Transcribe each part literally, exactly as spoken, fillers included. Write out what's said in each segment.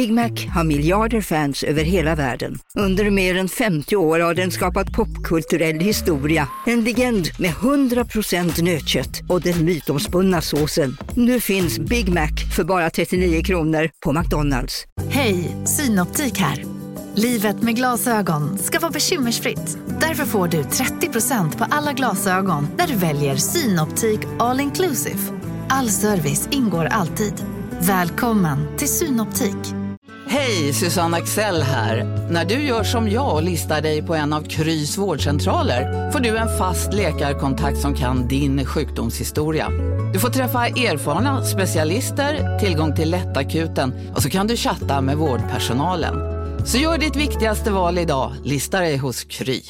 Big Mac har miljarder fans över hela världen. Under mer än femtio år har den skapat popkulturell historia. En legend med hundra procent nötkött och den mytomspunna såsen. Nu finns Big Mac för bara trettionio kronor på McDonald's. Hej, Synoptik här. Livet med glasögon ska vara bekymmersfritt. Därför får du trettio procent på alla glasögon när du väljer Synoptik All Inclusive. All service ingår alltid. Välkommen till Synoptik. Hej, Susanne Axel här. När du gör som jag och listar dig på en av Krys vårdcentraler får du en fast läkarkontakt som kan din sjukdomshistoria. Du får träffa erfarna specialister, tillgång till lättakuten och så kan du chatta med vårdpersonalen. Så gör ditt viktigaste val idag, lista dig hos Kry.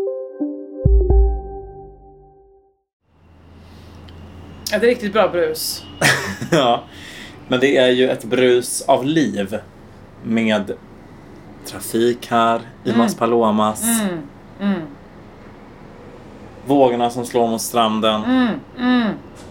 Ett riktigt bra brus. Ja, men det är ju ett brus av liv. Med trafik här i mm. Mas Palomas. Mm. Mm. Vågorna som slår mot stranden. Mm. Mm.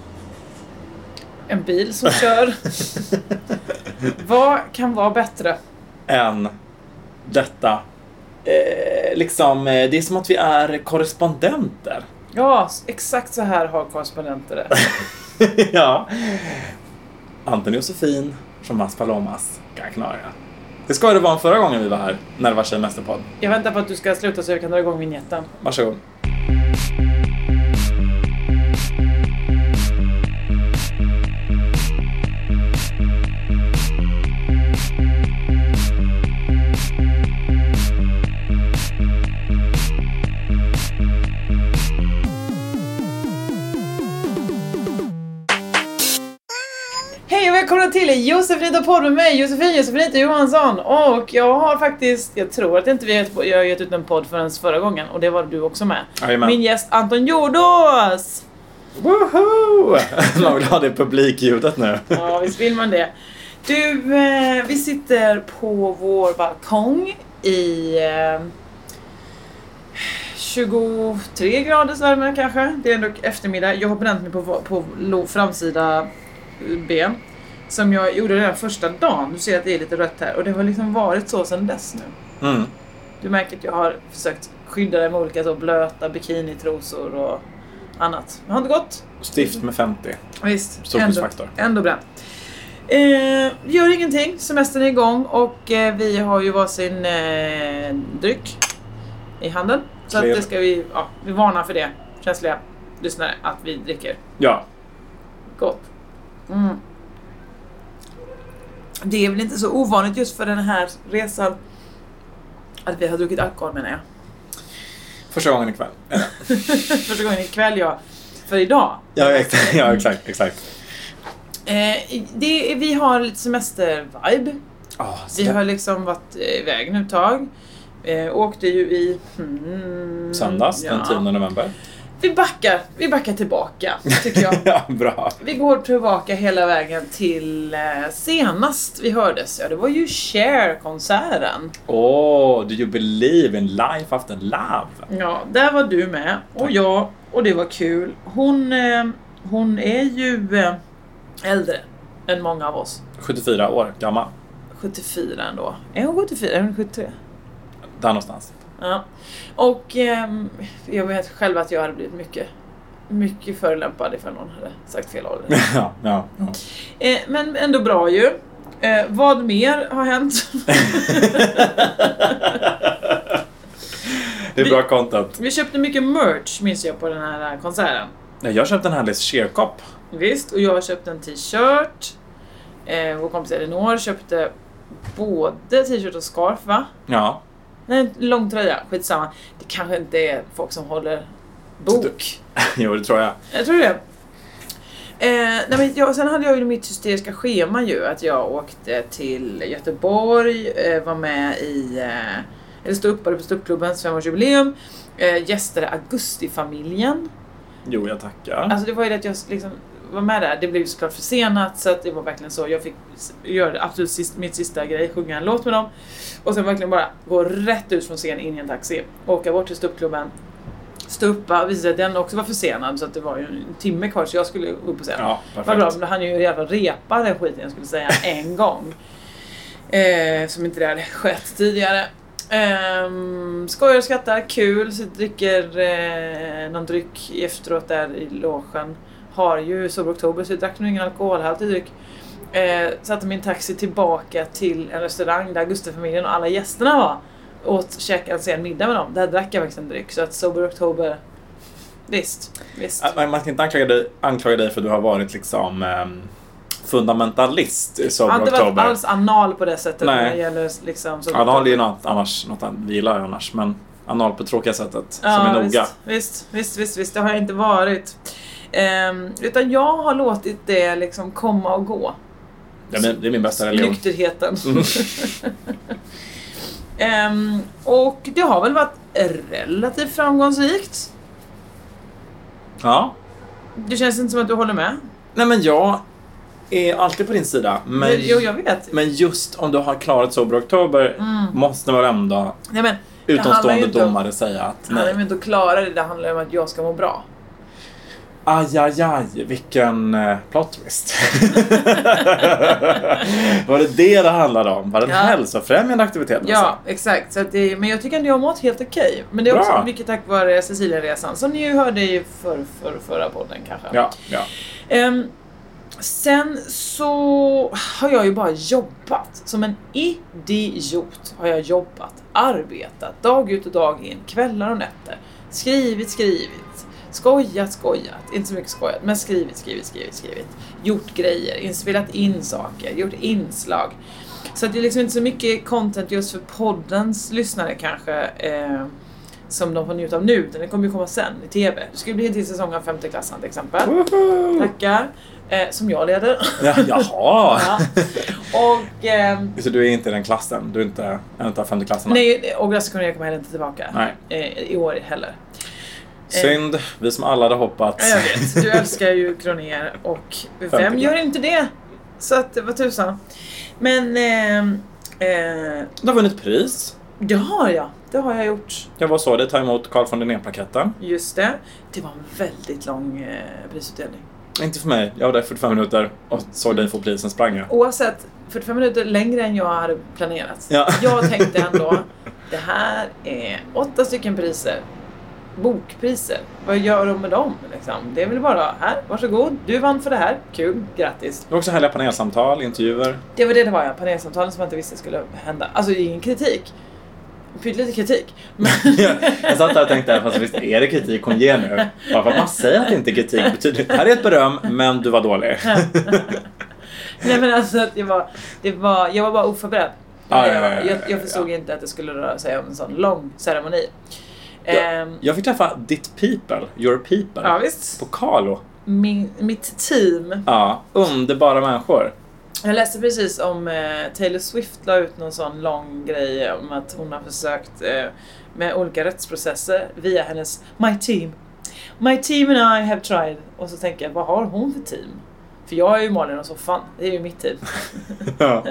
En bil som kör. Vad kan vara bättre än detta? Eh, liksom, det är som att vi är korrespondenter. Ja, exakt så här har korrespondenter det. Ja. Anton Josefin från Mas Palomas. Kaknara. Det ska det vara förra gången vi var här, när det var Tjejmästerpodd. Jag väntar på att du ska sluta så jag kan dra igång vignetten. Varsågod. Hej och välkomna till Josefin och podd med mig, Josefin, Josefin Johansson. Och jag har faktiskt, jag tror att inte vi har gett ut en podd förrän förra gången. Och det var du också med. Amen. Min gäst Anton Jordås. Woho! Man vill ha det publikljudet nu. Ja, visst vill man det. Du, eh, vi sitter på vår balkong i eh, tjugotre graders värme kanske. Det är ändå eftermiddag. Jag har bränt mig på, på framsida ben som jag gjorde den första dagen. Du ser att det är lite rött här och det har liksom varit så sedan dess nu. Mm. Du märker att jag har försökt skydda det med olika så blöta bikinitrosor och annat. Det har inte gått. Stift med femtio. Visst. Solskyddsfaktor. Ändå, ändå bra. Eh, gör ingenting. Semestern är igång och eh, vi har ju varsin eh, dryck i handen. Så att det ska vi, ja, vi varnar för det. Känsliga lyssnare att vi dricker. Ja. Gott. Mm. Det är väl inte så ovanligt just för den här resan att vi har druckit alkohol, menar jag. Första gången ikväll. Första gången ikväll, ja. För idag. Ja, exakt. Ja, exakt, exakt. Eh, det, vi har lite semester-vibe. Oh, vi har liksom varit iväg nu ett tag. Eh, åkte ju i... Hmm, söndags, ja. den tionde november. Vi backar, vi backar tillbaka, tycker jag. Ja, bra. Vi går tillbaka hela vägen till eh, senast vi hördes. Ja, det var ju Cher-konserten. Åh, oh, do you believe in life after love? Ja, där var du med. Och jag, och det var kul. Hon, eh, hon är ju eh, äldre än många av oss. sjuttiofyra år gammal. sjuttiofyra ändå. Är hon sjuttiofyra? Är hon sjuttiotre? Där någonstans. Ja. Och eh, jag vet själv att jag hade blivit mycket mycket förolämpad ifall någon hade sagt fel ålder. Ja, ja, ja. Eh, men ändå bra ju. Eh, vad mer har hänt? Det är bra vi, content. Vi köpte mycket merch, minns jag, på den här konserten. Jag köpte en härlig Cher-kopp. Visst, och jag köpte en t-shirt. Eh, vår kompis Elinor köpte både t-shirt och scarf, va? Ja. Nej, en lång tröja, skitsamma. Det kanske inte är folk som håller bok. Jo, det tror jag. Jag tror det. Eh, nej, men jag, sen hade jag ju mitt hysteriska schema ju. Att jag åkte till Göteborg, eh, var med i... Eh, eller stod uppare på Ståuppklubbens femårsjubileum. Eh, gästade Augustifamiljen. Jo, jag tackar. Alltså det var ju det att jag liksom var med där. Det blev såklart försenat, så att det var verkligen så. Jag fick göra det absolut sist, mitt sista grej, sjunga en låt med dem. Och sen verkligen bara gå rätt ut från scenen in i en taxi. Åka bort till Ståuppklubben. Stå uppa, visade att den också var försenad. Så att det var ju en timme kvar, så jag skulle upp på scenen. Ja, perfekt. Var bra, men han ju i alla fall repa den skiten, jag skulle säga, en gång. Eh, som inte det hade skett tidigare. Um, skojar och skrattar, kul, så dricker eh, någon dryck efteråt där i logen. Har ju Sober Oktober, så jag drack nog ingen alkoholhaltig dryck. Eh, satte min taxi tillbaka till en restaurang där Gustav-familjen och alla gästerna var. Åt käka en sen middag med dem. Där drack jag faktiskt en dryck. Så att Sober Oktober, visst, visst. Man kan inte anklaga dig, anklaga dig för att du har varit liksom um, fundamentalist i Sober Oktober. Jag har inte varit alls anal på det sättet. Nej. När det gäller liksom Sober Anal är ju något annars, något vi gillar annars, men anal på tråkiga sättet ja, som är noga. Visst, visst, visst, visst, visst, det har jag inte varit. Um, utan jag har låtit det liksom komma och gå. Det är min, det är min bästa religion. Nykterheten. um, och det har väl varit relativt framgångsrikt. Ja. Det känns inte som att du håller med. Nej, men jag är alltid på din sida. Men, jo, jag vet. Men just om du har klarat Sober Oktober mm. måste man ändå nej, men, utomstående domare säga att nej. Nej, men inte att klara det. Det handlar om att jag ska må bra. Aj, aj, aj, vilken uh, plot twist. Var det det det handlade om? Var det en ja. hälsofrämjande aktivitet? Ja, alltså? Exakt. Så att det, men jag tycker att jag har mått helt okej. Men det är också mycket tack vare Sicilienresan. Som ni ju hörde i för, för, förra podden kanske. Ja, ja. Um, sen så har jag ju bara jobbat. Som en idiot har jag jobbat. Arbetat dag ut och dag in. Kvällar och nätter. Skrivit, skrivit. Skojat, skojat. Inte så mycket skojat. Men skrivit, skrivit, skrivit, skrivit. Gjort grejer. Inspelat in saker. Gjort inslag. Så att det är liksom inte så mycket content just för poddens lyssnare kanske. Eh, som de får njuta av nu. Den kommer ju komma sen i tv. Det ska bli en till säsong av femte klassen till exempel. Woho! Tackar. Eh, som jag leder. Ja, jaha. Ja. Och, eh, så du är inte i den klassen? Du är inte en av femte klassen? Nej, och Grasse kommer heller inte tillbaka. Nej. Eh, I år heller. Synd, vi som alla hade hoppats. Ja, jag vet. Du älskar ju Kroner och vem gör inte det? Så att, vad tusan. Men eh, eh, du har vunnit pris. Det har jag. Det har jag gjort. Jag var så det ta emot Carl von Linné-plaketten. Just det. Det var en väldigt lång eh, prisutdelning. Inte för mig. Jag var där fyrtiofem minuter och såg dig få prisen sprang jag. Oavsett, fyrtiofem minuter längre än jag hade planerat. Ja. Jag tänkte ändå, det här är åtta stycken priser. Bokpriser. Vad gör de med dem? Liksom? Det är väl bara, här, varsågod. Du vann för det här. Kul, grattis. Det var också härliga panelsamtal, intervjuer. Det var det det var, ja. Panelsamtalen som jag inte visste skulle hända. Alltså, det är ingen kritik. Lite kritik. Men... jag satt där och tänkte, fast visst är det kritik hon ger nu. Bara för att man säger att det inte är kritik betyder det här är ett beröm, men du var dålig. Nej, men alltså, det var, det var, jag var bara oförberedd. Ah, jag, ja, ja, ja, jag, jag förstod ja. inte att det skulle röra sig om en sån lång ceremoni. Jag, jag fick träffa ditt people, your people, ja, visst. På Carlo. Min, mitt team. Ja, underbara människor. Jag läste precis om eh, Taylor Swift la ut någon sån lång grej om att hon har försökt eh, med olika rättsprocesser via hennes My Team. My team and I have tried. Och så tänker jag, vad har hon för team? För jag är ju Malin och Soffan. Det är ju mitt team. Ja.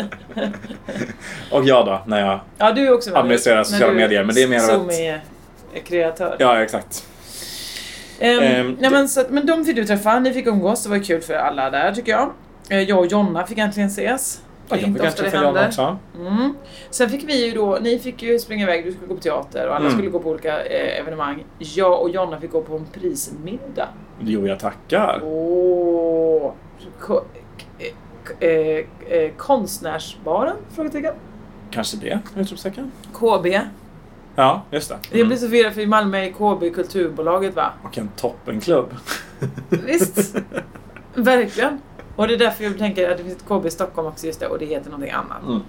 Och jag då, när jag ja, du är också administrerar sociala medier. Men det är mer som ett... är kreatör. Ja, exakt. Um, um, nej, men, så att, men de fick du träffa, ni fick umgås. Det var kul för alla där, tycker jag. Jag och Jonna fick äntligen ses. Ja, jag fick äntligen träffa Jonna också. Mm. Sen fick vi ju då, ni fick ju springa iväg, du skulle gå på teater och alla mm. skulle gå på olika eh, evenemang. Jag och Jonna fick gå på en prismiddag. Jo, jag tackar. Åh, ko- eh, eh, eh, konstnärsbaren, frågetecken. Kanske det, utropstecken. K B. Ja, just det. Mm. Jag blir så firad för i Malmö är K B kulturbolaget, va? Och en toppenklubb. Visst, verkligen. Och det är därför jag tänker att det finns ett K B i Stockholm också, just det, och det heter någonting annat. Mm.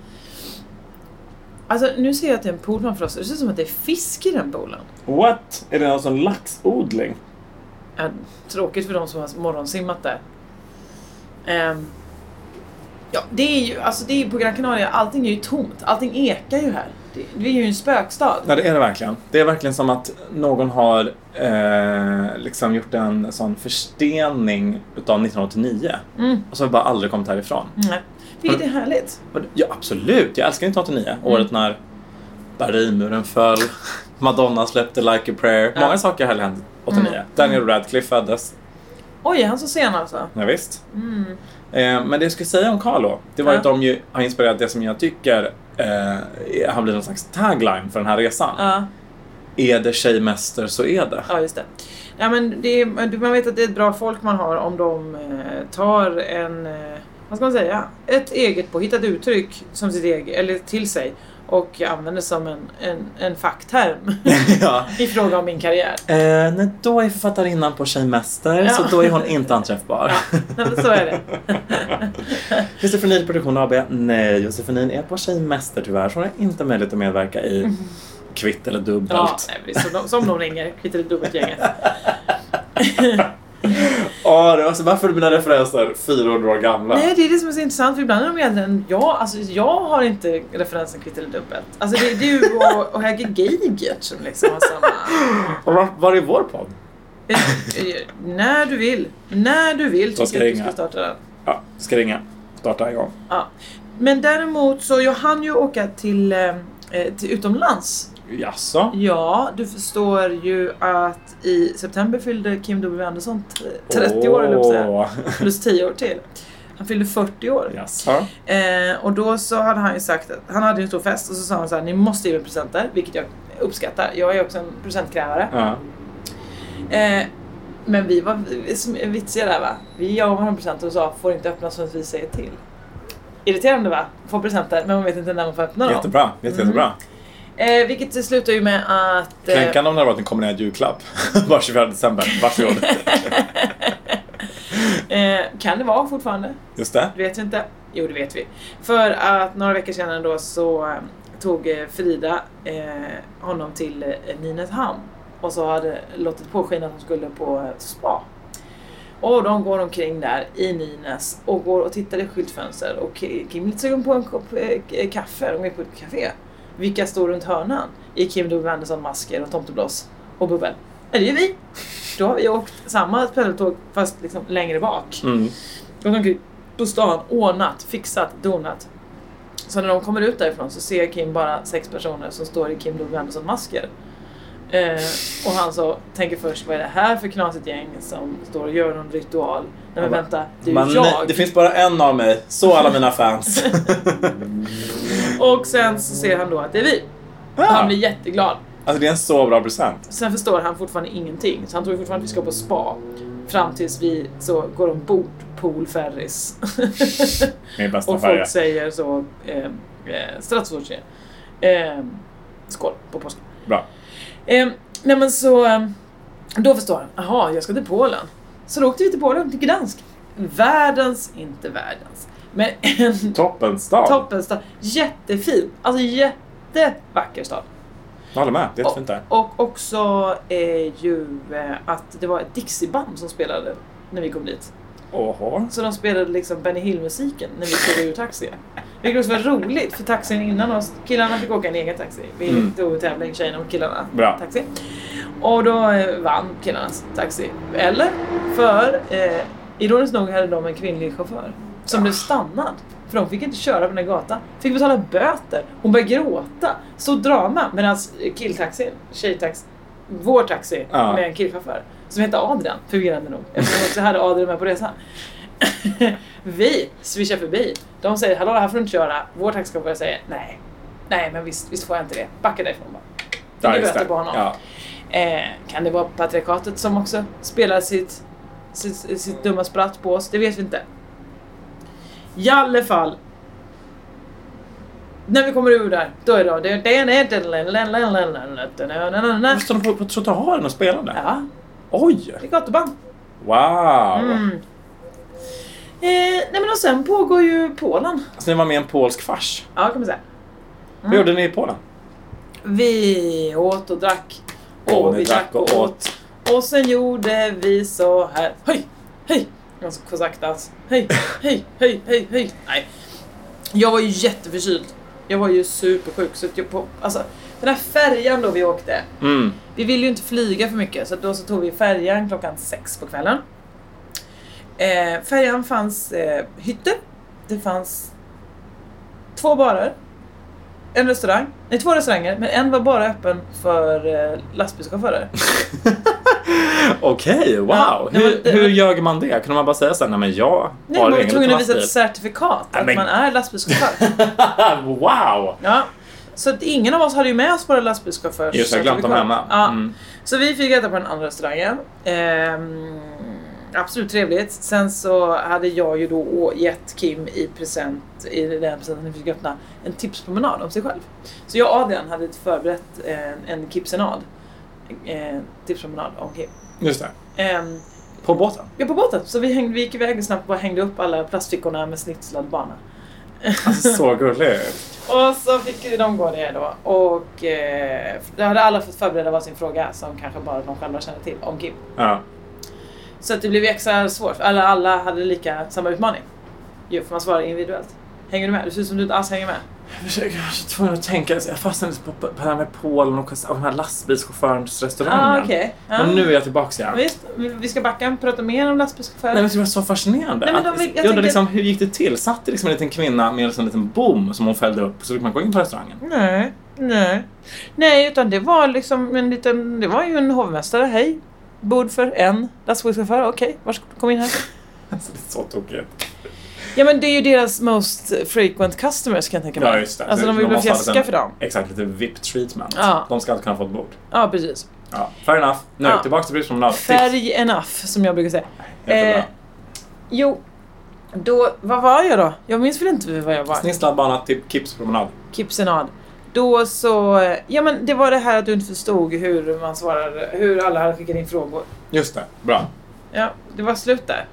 Alltså, nu ser jag att det är en pool framför oss. Det ser ut som att det är fisk i den poolen. What? Är det någon sån laxodling? Ja, tråkigt för de som har morgonsimmat där. Um, ja, det är ju, alltså det är på Gran Canaria, allting är ju tomt. Allting ekar ju här. Det, det är ju en spökstad. Ja, det är det verkligen. Det är verkligen som att någon har eh, liksom gjort en sån förstening utav nittonhundraåttionio. Mm. Och så har vi bara aldrig kommit härifrån. Nej. Vilket är härligt. Ja, absolut. Jag älskar nittonhundraåttionio. Mm. Året när Berlinmuren föll. Madonna släppte Like a Prayer. Ja. Många saker hände åttionio. Mm. Daniel Radcliffe föddes. Oj, han så sen alltså. Ja, visst. Mm. Eh, men det jag skulle säga om Carlo, det var ja. att de ju har inspirerat det som jag tycker eh, har blivit någon slags tagline för den här resan. Ja. Är det tjejmäster så är det. Ja, just det. Ja, men det är, man vet att det är ett bra folk man har om de eh, tar en, eh, vad ska man säga, ett eget påhittat uttryck som sitt eget, eller till sig och använder som en, en, en fackterm ja. i fråga om min karriär. Eh, nej, då är författarinnan på tjejmäster, ja. Så då är hon inte anträffbar. Ja, nej, men så är det. Josefinil Produktion A B, nej, Josefinin är på tjejmäster tyvärr, så hon har inte möjlighet att medverka i mm. kvitt eller dubbelt. Ja, nej, som, de, som de ringer, kvitt eller dubbelt gänget. Ja, det var så varför är mina referenser fyra år gamla? Nej, det är det som är så intressant, för ibland är de egentligen, ja, alltså jag har inte referensen kvitt eller dubbelt. Alltså det är du och, och Helge Geigert som liksom har samma. Och var, var är vår podd? När du vill, när du vill så tycker jag att du ska starta den. Ja, ska ringa, starta igång. Ja. Men däremot så jag hann ju åka till, eh, till utomlands. Jaså? Ja, du förstår ju att i september fyllde Kim W. Andersson trettio år, eller säga, plus tio år till. Han fyllde fyrtio år. Jaså? Eh, och då så hade han ju sagt att han hade en stor fest och så sa han så här: ni måste ge mig presenter, vilket jag uppskattar. Jag är också en presentkrävare. Ja. Eh, men vi var vitsiga där, va? Vi gav honom presenter och sa, får inte öppnas förrän vi säger till. Irriterande, va? Få presenter, men man vet inte när man får öppna dem. Jättebra, jätte, mm. jättebra. Eh, vilket slutar ju med att... Kränkande om det har varit en kombinerad julklapp. Var tjugofjärde december, varsågod. eh, kan det vara fortfarande? Just det. Det vet vi inte. Jo, det vet vi. För att några veckor sedan då så eh, tog eh, Frida eh, honom till eh, Nynäshamn. Och så hade låtit påskina att hon skulle på eh, spa. Och de går omkring där i Nynäs och går och tittar i skyltfönster. Och Kim lite sugen på en kopp eh, kaffe. De är på ett café. Vilka står runt hörnan i Kim W. Andersson masker och tomteblås och bubbel? Är det ju vi? Då har vi åkt samma pendeltåg fast liksom längre bak. Mm. Och de på stan, ordnat, fixat, donat. Så när de kommer ut därifrån så ser Kim bara sex personer som står i Kim W. Andersson masker. Eh, och han så tänker först, vad är det här för knasigt gäng som står och gör någon ritual? Nej, men vänta, det är ju jag. Nej, det finns bara en av mig, så alla mina fans. Och sen så ser han då att det är vi. Ja. Han blir jätteglad. Alltså det är en så bra present. Sen förstår han fortfarande ingenting. Så han tror fortfarande att vi ska på spa. Fram tills vi så går ombord Pool Ferris. Min bästa och färja. folk säger så eh, eh, Stratosorge. Eh, skål på påsk. Bra. Eh, nej men så eh, då förstår han. Aha, jag ska till Polen. Så då åkte vi till Polen, till Gdansk. Världens, inte världens. Men en toppenstad. Toppenstad. Jättefin. Alltså jättevacker stad. Jag håller med, det är jättefint där. Och, och också är ju att det var ett Dixie-band som spelade när vi kom dit. Oho. Så de spelade liksom Benny Hill-musiken när vi stod ur taxi. Vilket också var roligt, för taxin innan oss, killarna fick åka en egen taxi. Vi mm. tog tävling, tjejerna och killarna. Bra. Taxi. Och då eh, vann killarnas taxi. Eller, för eh, ironiskt nog hade de en kvinnlig chaufför som blev stannad. För de fick inte köra på den här gatan. Fick betala böter. Hon började gråta. Så drama. Medan killtaxin, tjejtaxi, vår taxi ja. Med en killchaufför som heter Adrian, förvirrande nog. Eftersom också hade Adrian med på resan. Vi swishar förbi. De säger, hallå, här får du inte köra. Vår taxichaufför säger, nej. Nej, men visst, visst får jag inte det. Backa därifrån bara. Det är böter på honom. Ja. Eh, kan det vara patriarkatet som också spelar sitt, sitt, sitt dumma spratt på oss? Det vet vi inte. I alla fall. När vi kommer ur där, då är det det det är står de på trottoaren och spelar där? Ja. Oj. Det är gatuband. Wow. Mm. Eh, nej men och sen pågår ju Polen. Så ni var med en polsk fars? Ja, kan man säga. Mm. Vad gjorde ni i Polen? Vi åt och drack. Och, och vi drack och, och åt. Och sen gjorde vi så här. Höj, höj. Och så kosaktas. Hej, hej, hej, hej, hej. Nej. Jag var ju jätteförkyld. Jag var ju supersjuk. Så jag på, alltså, den här färjan då vi åkte. Mm. Vi ville ju inte flyga för mycket. Så då så tog vi färjan klockan sex på kvällen. Eh, färjan fanns eh, hytter. Det fanns två barer. En restaurang. Nej, två restauranger. Men en var bara öppen för eh, lastbilschaufförer. Okej, okay, wow. Ja, hur, men det, hur gör man det? Kunde man bara säga så här, nej men jag nej, har man ingen var tvungen att visa lastbil. ett certifikat Nej, att men... man är lastbilschaufför. Wow! Ja. Så att ingen av oss hade ju med oss våra lastbilschaufförs. Just jag glömt dem hemma. Ja. Mm. Så vi fick äta på den andra restaurangen. Ehm, absolut trevligt. Sen så hade jag ju då gett Kim i present, i den presenten vi fick öppna, en tipspromenad om sig själv. Så jag och Adrian hade förberett en, en kipsenad. En tipspromenad om Kim. Just det. Ehm, på båten? Ja, på båten. Så vi, hängde, vi gick iväg och snabbt och bara hängde upp alla plastfickorna med snitslad bana. Alltså så gulligt. Och så fick de gå det då. Och eh, då hade alla fått förbereda varsin fråga som kanske bara de själva kände till om Kim. Ja. Så att det blev extra svårt. Alla, alla hade lika samma utmaning. Jo, för man svarar individuellt. Hänger du med? Du ser ut som du inte alls hänger med. Jag försöker tvungen att tänka. Jag fastnade lite på, på, på det här med Polen och, och den här lastbilschaufförens restaurangen. Ah, okay. Ja. Men nu är jag tillbaka igen. Visst, vi ska backa och prata mer om lastbilschaufförer. Nej, men det var så fascinerande. Nej, men de, att, jag jag tänker... liksom, hur gick det till? Satt det liksom en liten kvinna med en liten bom som hon fällde upp så fick man gå in på restaurangen? Nej, nej. Nej, utan det var liksom en liten... Det var ju en hovmästare. Hej, bord för en lastbilschaufför. Okej, okay, varsågod, kom in här. Alltså, det är så tokigt. Ja, men det är ju deras most frequent customers, kan jag tänka mig. Ja, just det. Alltså de vill bli fjäska för dem. Exakt, lite V I P-treatment. Ja. De ska alltid kunna få ett bord. Ja, precis. Ja, fair enough. Nu, ja. tillbaka till Brisbane. Färg enough, som jag brukar säga. Eh, jo, då, vad var jag då? Jag minns väl inte vad jag var. Snisslad bana till Kipspromenad. Kipsenad. Då så, ja men det var det här att du inte förstod hur man svarade, hur alla hade skickat in frågor. Just det, bra. Ja, det var slut där.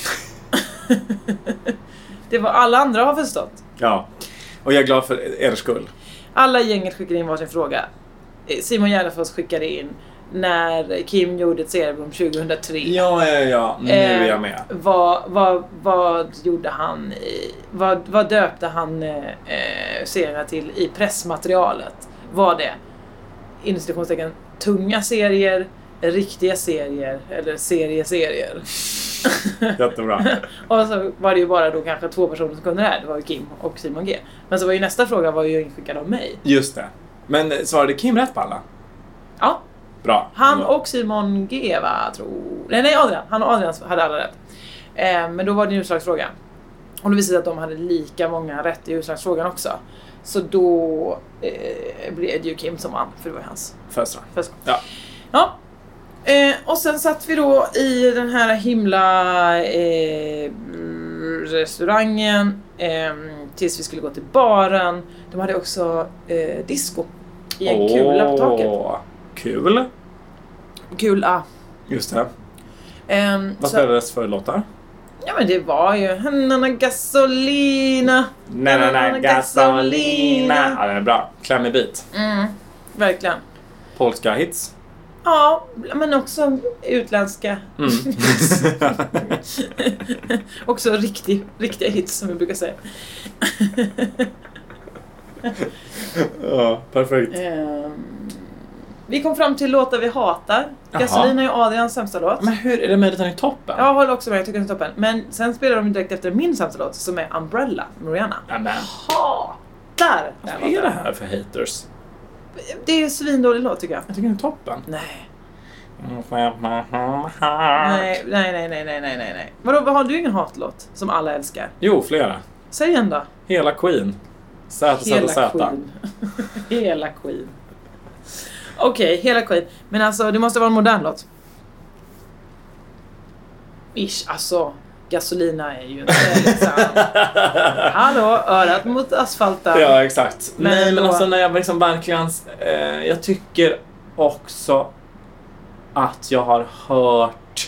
Det var alla andra har förstått. Ja, och jag är glad för er skull. Alla gänget skickade in varsin fråga. Simon Gärdenfors skickade in när Kim gjorde ett seriealbum tjugohundratre. Ja, ja, ja. Nu eh, är jag med. Vad, vad, vad gjorde han i, vad, vad döpte han eh, serierna till i pressmaterialet? Var det institutionstecken tunga serier, riktiga serier eller serieserier? Jättebra. Och så var det ju bara då kanske två personer som kunde det här. Det var ju Kim och Simon G. Men så var ju nästa fråga var ju inskickad av mig. Just det. Men svarade Kim rätt på alla? Ja. Bra. Han Bra. och Simon G, va, tror... Nej, nej, Adrian. Han och Adrian hade alla rätt. Eh, men då var det en utslagsfråga. Och det visade sig att de hade lika många rätt i utslagsfrågan också. Så då eh, blev det ju Kim som vann, för det var hans första. första. Ja. Ja. Eh, och sen satt vi då i den här himla eh, restaurangen eh, tills vi skulle gå till baren. De hade också eh, disco i en Åh, kula på taket. Kul. Kula. Just det. Eh, Vad så, spelades för låtar? ja, men det var ju Hanna Gasolina. Nej, nej, nej. Gasolina. Ja, den är bra. Klämmig bit. Mm, verkligen. Polska hits. Ja, men också utländska. Mm. Också riktig, riktiga hits, som vi brukar säga. Ja, perfekt. Um, vi kom fram till låtar vi hatar. Gasolina är ju Adrians sämsta låt. Men hur är det möjligt att den är toppen? Jag håller också med, jag tycker den är toppen. Men sen spelar de direkt efter min sämsta låt, som är Umbrella, Mariana. Ja, men. Hatar den Vad är det låten. här för haters? Det är ju en svindålig låt, tycker jag. Jag tycker den är toppen. Nej. Nej. Nej, nej, nej, nej, nej, nej, nej. Vadå, har du ingen hatlåt som alla älskar? Jo, flera. Säg igen då. Hela Queen. Z, Z, Hela Z. Queen. Hela Queen. Okej, okay, hela Queen. Men alltså, det måste vara en modern låt. Ish, alltså. Gasolina är ju inte liksom... Hallå, örat mot asfalten. Ja, exakt. Men Nej, men då... alltså när jag liksom verkligen... Eh, jag tycker också att jag har hört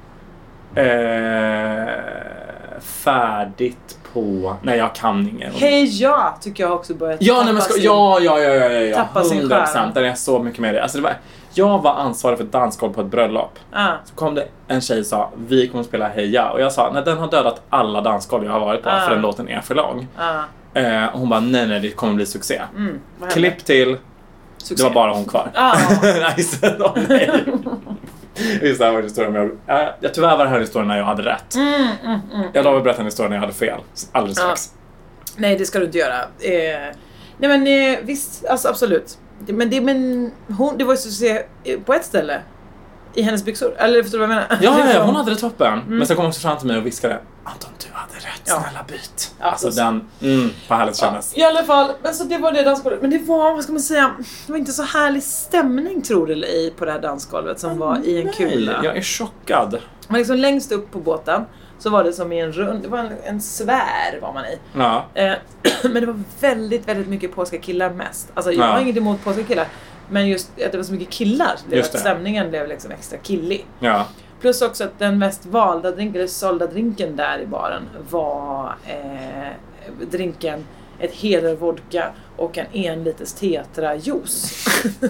eh, färdigt på... Nej, jag kan ingen. Hej, ja, tycker jag också börjat Ja, nej, men ska, sin... ja, ja, ja, ja, ja. tappa sin hundra procent. skärm. Där är jag så mycket med det. Alltså det var, jag var ansvarig för ett dansgolv på ett bröllop. Ah. Så kom det en tjej och sa, vi kommer att spela Heja. Och jag sa, nej, den har dödat alla dansgolv jag har varit på. Ah. För den låten är för lång. Ah. Eh, och hon bara, nej, nej, det kommer bli succé. Mm, Klipp till, succé. det var bara hon kvar. Ah. Nice. Oh, nej. Just det här var historien med jag, jag, tyvärr var det här historien när jag hade rätt. Mm, mm, mm. Jag lovar att berätta en historia när jag hade fel. Alldeles strax. Ah. Nej, det ska du inte göra. Eh, nej, men eh, visst, alltså absolut. Men det, men hon, det var ju succé på ett ställe. I hennes byxor. Eller förstår du vad jag menar? Ja, ja, hon hade det toppen. Mm. Men så kom hon också fram till mig och viskade: Anton, du hade rätt, Ja. snälla byt. Ja, Alltså så- den, mm, vad härligt kändes. Ja, i alla fall, men så det var det dansgolvet. Men det var, vad ska man säga, det var inte så härlig stämning, tror du eller ej, på det här dansgolvet som var i en kula. Nej, jag är chockad. Men liksom längst upp på båten så var det som i en rund, det var en, en sfär var man i. Ja. Eh, men det var väldigt, väldigt mycket polska killar mest. Alltså jag Ja. har inget emot polska killar, men just att det var så mycket killar, det Just att det. stämningen blev liksom extra killig. Ja. Plus också att den mest valda drinken, eller sålda drinken där i baren var eh, drinken ett hel vodka och en en liters tetra juice.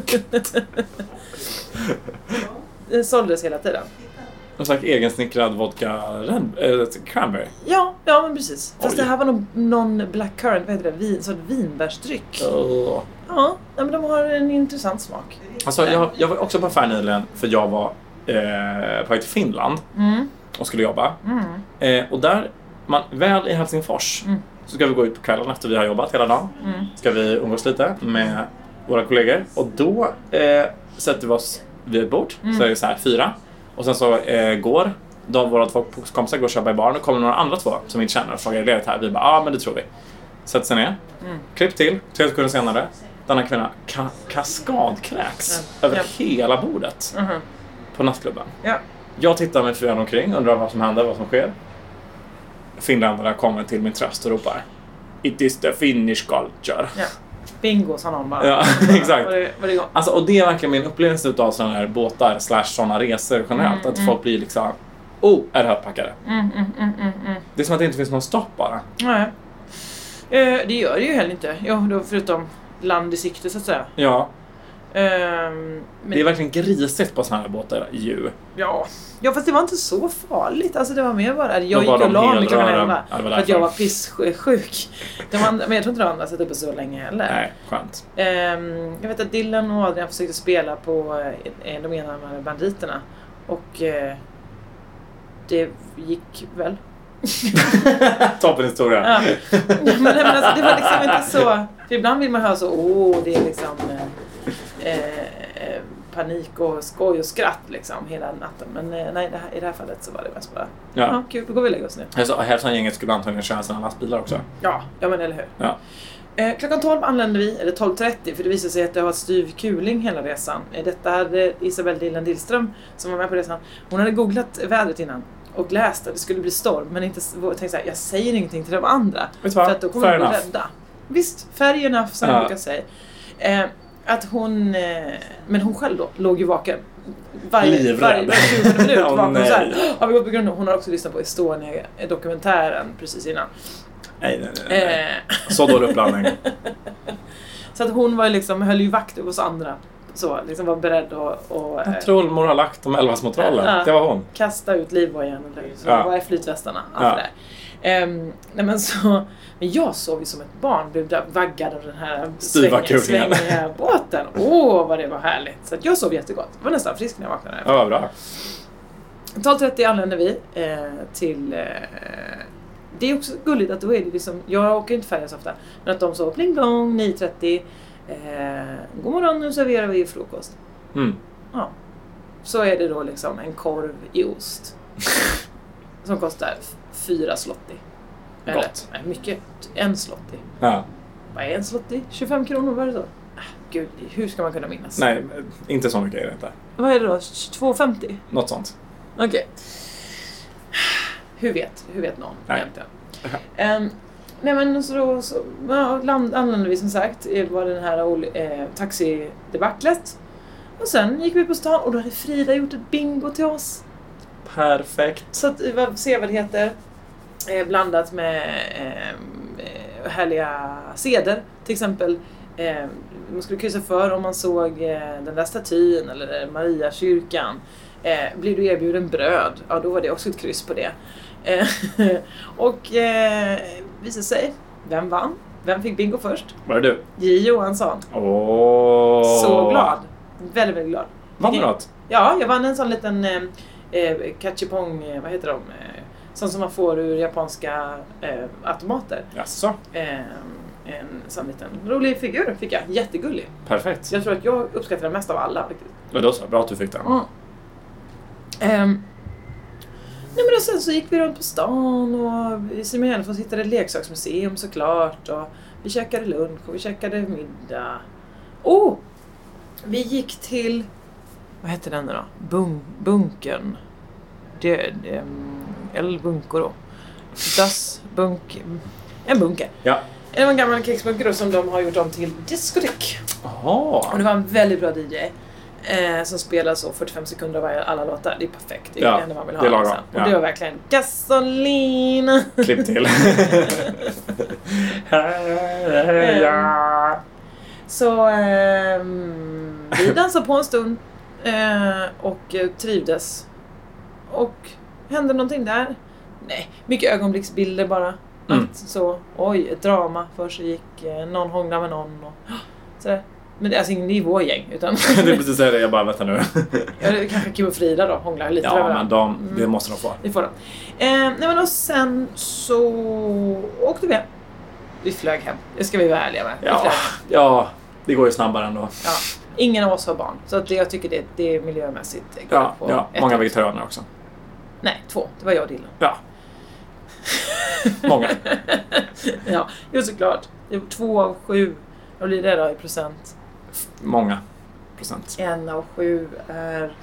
Det såldes hela tiden. Någon slags egensnickrad vodka red, äh, cranberry. Ja, ja men precis. Fast Oj. det här var nog någon black currant, vad heter det? Vin, så vinbärsdryck. Oh. Ja, men de har en intressant smak. Alltså, jag, jag var också på affär nyligen för jag var eh, på väg till Finland Mm. och skulle jobba. Mm. Eh, och där, man, väl i Helsingfors, Mm. så ska vi gå ut på kvällen efter vi har jobbat hela dagen. Mm. Ska vi umgås lite med våra kollegor. Och då eh, sätter vi oss vid ett bord, Mm. så är det så här fyra. Och sen så eh, går de, våra två kompisar går och köper i baren och kommer några andra två som vi inte känner och frågar är det här. Vi bara, ja ah, men det tror vi. Sätter sig ner, Mm. klipp till, tre sekunder senare. Denna kvinna ka- kaskadkräks Ja. över Ja. hela bordet Mhm. på nattklubben. Ja. Jag tittar mig förbi omkring, undrar vad som händer, vad som sker. Finländarna kommer till min tröst och ropar: It is the Finnish culture. Ja. Bingo, sa någon bara. Ja, exakt. Var det, var det igång? Alltså, och det är verkligen min upplevelse av sådana här båtar slash sådana resor generellt. Mm, att mm. folk blir liksom, oh, är det här packade? Mm, mm, mm, mm, mm. Det är som att det inte finns någon stopp bara. Nej. Eh, det gör det ju heller inte. Ja, då förutom land i sikte så att säga. Ja, Ehm, men, det är verkligen grisigt på sådana här båtar ju. ja. ja, fast det var inte så farligt. Alltså det var mer bara, jag Då gick var och de la mig helröra. klockan elva. Ja, det var För att därför. jag var pisssjuk. De andra, men jag tror inte de andra satt uppe så länge heller. Nej, skönt. Ehm, jag vet att Dylan och Adrian försökte spela på eh, de enarmade banditerna. Och eh, det gick väl. Toppen historia. Ja. Men, men alltså, det var liksom inte så. För ibland vill man höra så, åh, det är liksom eh, eh, panik och skoj och skratt liksom hela natten. Men eh, nej, det här, i det här fallet så var det mest bara, ja, Ja. kul, då går vi och lägger oss nu. Alltså, hälsan-gänget skulle antagligen köra sina lastbilar också. Ja, ja men eller hur. Ja. Eh, klockan tolv anlände vi, eller tolv trettio, för det visade sig att det var styv kuling hela resan. Eh, detta hade Isabel Dylan Dillström, som var med på resan, hon hade googlat vädret innan och läst att det skulle bli storm, men inte tänkte så här, jag säger ingenting till de andra. Vet du vad? För att då kommer Fair de bli enough. rädda. Visst, fair enough som Ja. jag brukar säga. Eh, att hon, eh, men hon själv då, låg ju vaken. Varje, Livrädd. varje, varje tjugo minut Åh, vaken så här. nej. Har vi gått på grund av, hon har också lyssnat på Estonia-dokumentären precis innan. Nej, nej, nej. nej. Eh, Så dålig uppladdning. så att hon var liksom, höll ju vakt över oss andra. Så liksom var beredd att och, eh, Trollmor har lagt de elva små trollen. Ja. Det var hon. kasta ut livbojen eller så Ja. var är flytvästarna, allt Ja. det där. Ehm, nej men så, men jag sov ju som ett barn, blev där vaggad av den här Styva svängiga, kulingen. svängiga båten. Åh, vad det var härligt. Så att jag sov jättegott. Jag var nästan frisk när jag vaknade. Ja, vad bra. tolv trettio anlände vi eh, till... Eh, det är också gulligt att då är det liksom... Jag åker inte färja så ofta. Men att de så pling plong, nio trettio. Eh, god morgon, nu serverar vi frukost. Mm. Ja. Så är det då liksom en korv i ost. Som kostar f- fyra slotti. Eller, Gott. nej, mycket. En slotti. Ja. Vad är en slotti? tjugofem kronor, vad är det då? Ah, gud, hur ska man kunna minnas? Nej, inte så mycket är det inte. Vad är det då? två femtio? Något sånt. Okej. Hur vet, hur vet någon Nej. egentligen? Um, nej men så då så, ja, land, anlände vi som sagt. Det var den här eh, taxidebaclet. Och sen gick vi på stan och då hade Frida gjort ett bingo till oss. Perfekt. Så att det var sevärdheter eh, blandat med eh, härliga seder. Till exempel eh, man skulle kryssa för om man såg eh, den där statyn eller Mariakyrkan. Eh, blir du erbjuden bröd, ja då var det också ett kryss på det. Eh, och eh, visade sig, vem vann? Vem fick bingo först? Var det du? J. Johansson. Åh. Så glad. Väldigt, väldigt glad. Vann du något? Ja, jag vann en sån liten eh, eh, kachipong, eh, vad heter de? Eh, sån som man får ur japanska eh, automater. Jaså? Eh, en sån liten rolig figur fick jag. Jättegullig. Perfekt. Så jag tror att jag uppskattar den mest av alla faktiskt. Ja, då så. Bra att du fick den. Mm. Um, nej men och sen så gick vi runt på stan och i Simon Gärdenfors hittade ett leksaksmuseum såklart. Och vi käkade lunch och vi käkade middag. Oh! Vi gick till, vad heter den då? Bun- bunkern. Det är El Bunko då. Das Bunk. En bunker. Ja. Det var en gammal krigsbunker då som de har gjort om till diskotek. Jaha. Och det var en väldigt bra D J. Eh, som spelar så fyrtiofem sekunder av varje, alla låtar. Det är perfekt. Det är ja, det enda man vill ha. Det är lagom. Liksom. Ja. Och det var verkligen gasolin. Klipp till. ja. Så eh, vi dansade på en stund. Eh, och trivdes. Och hände någonting där? Nej, mycket ögonblicksbilder bara. Mm. Att så, oj, ett drama för sig gick, eh, någon hånglade med någon och sådär. Men det är alltså ingen nivå gäng utan det är precis det, jag bara vänta nu. ja, det är kanske Kim och Frida då hånglar lite ja, överallt. men de, det måste de få. Det får de. Eh, nej men och sen så åkte vi hem. Vi flög hem. Det ska vi vara ärliga med. Ja, ja, det går ju snabbare ändå. Ja. Ingen av oss har barn. Så att det, jag tycker det, det är miljömässigt. Ja, på ja ett många år. vegetarianer också. Nej, två. Det var jag och Dylan. Ja. Många. ja, just såklart. Det var två av sju. Vad blir det då i procent? Många procent. En av sju är...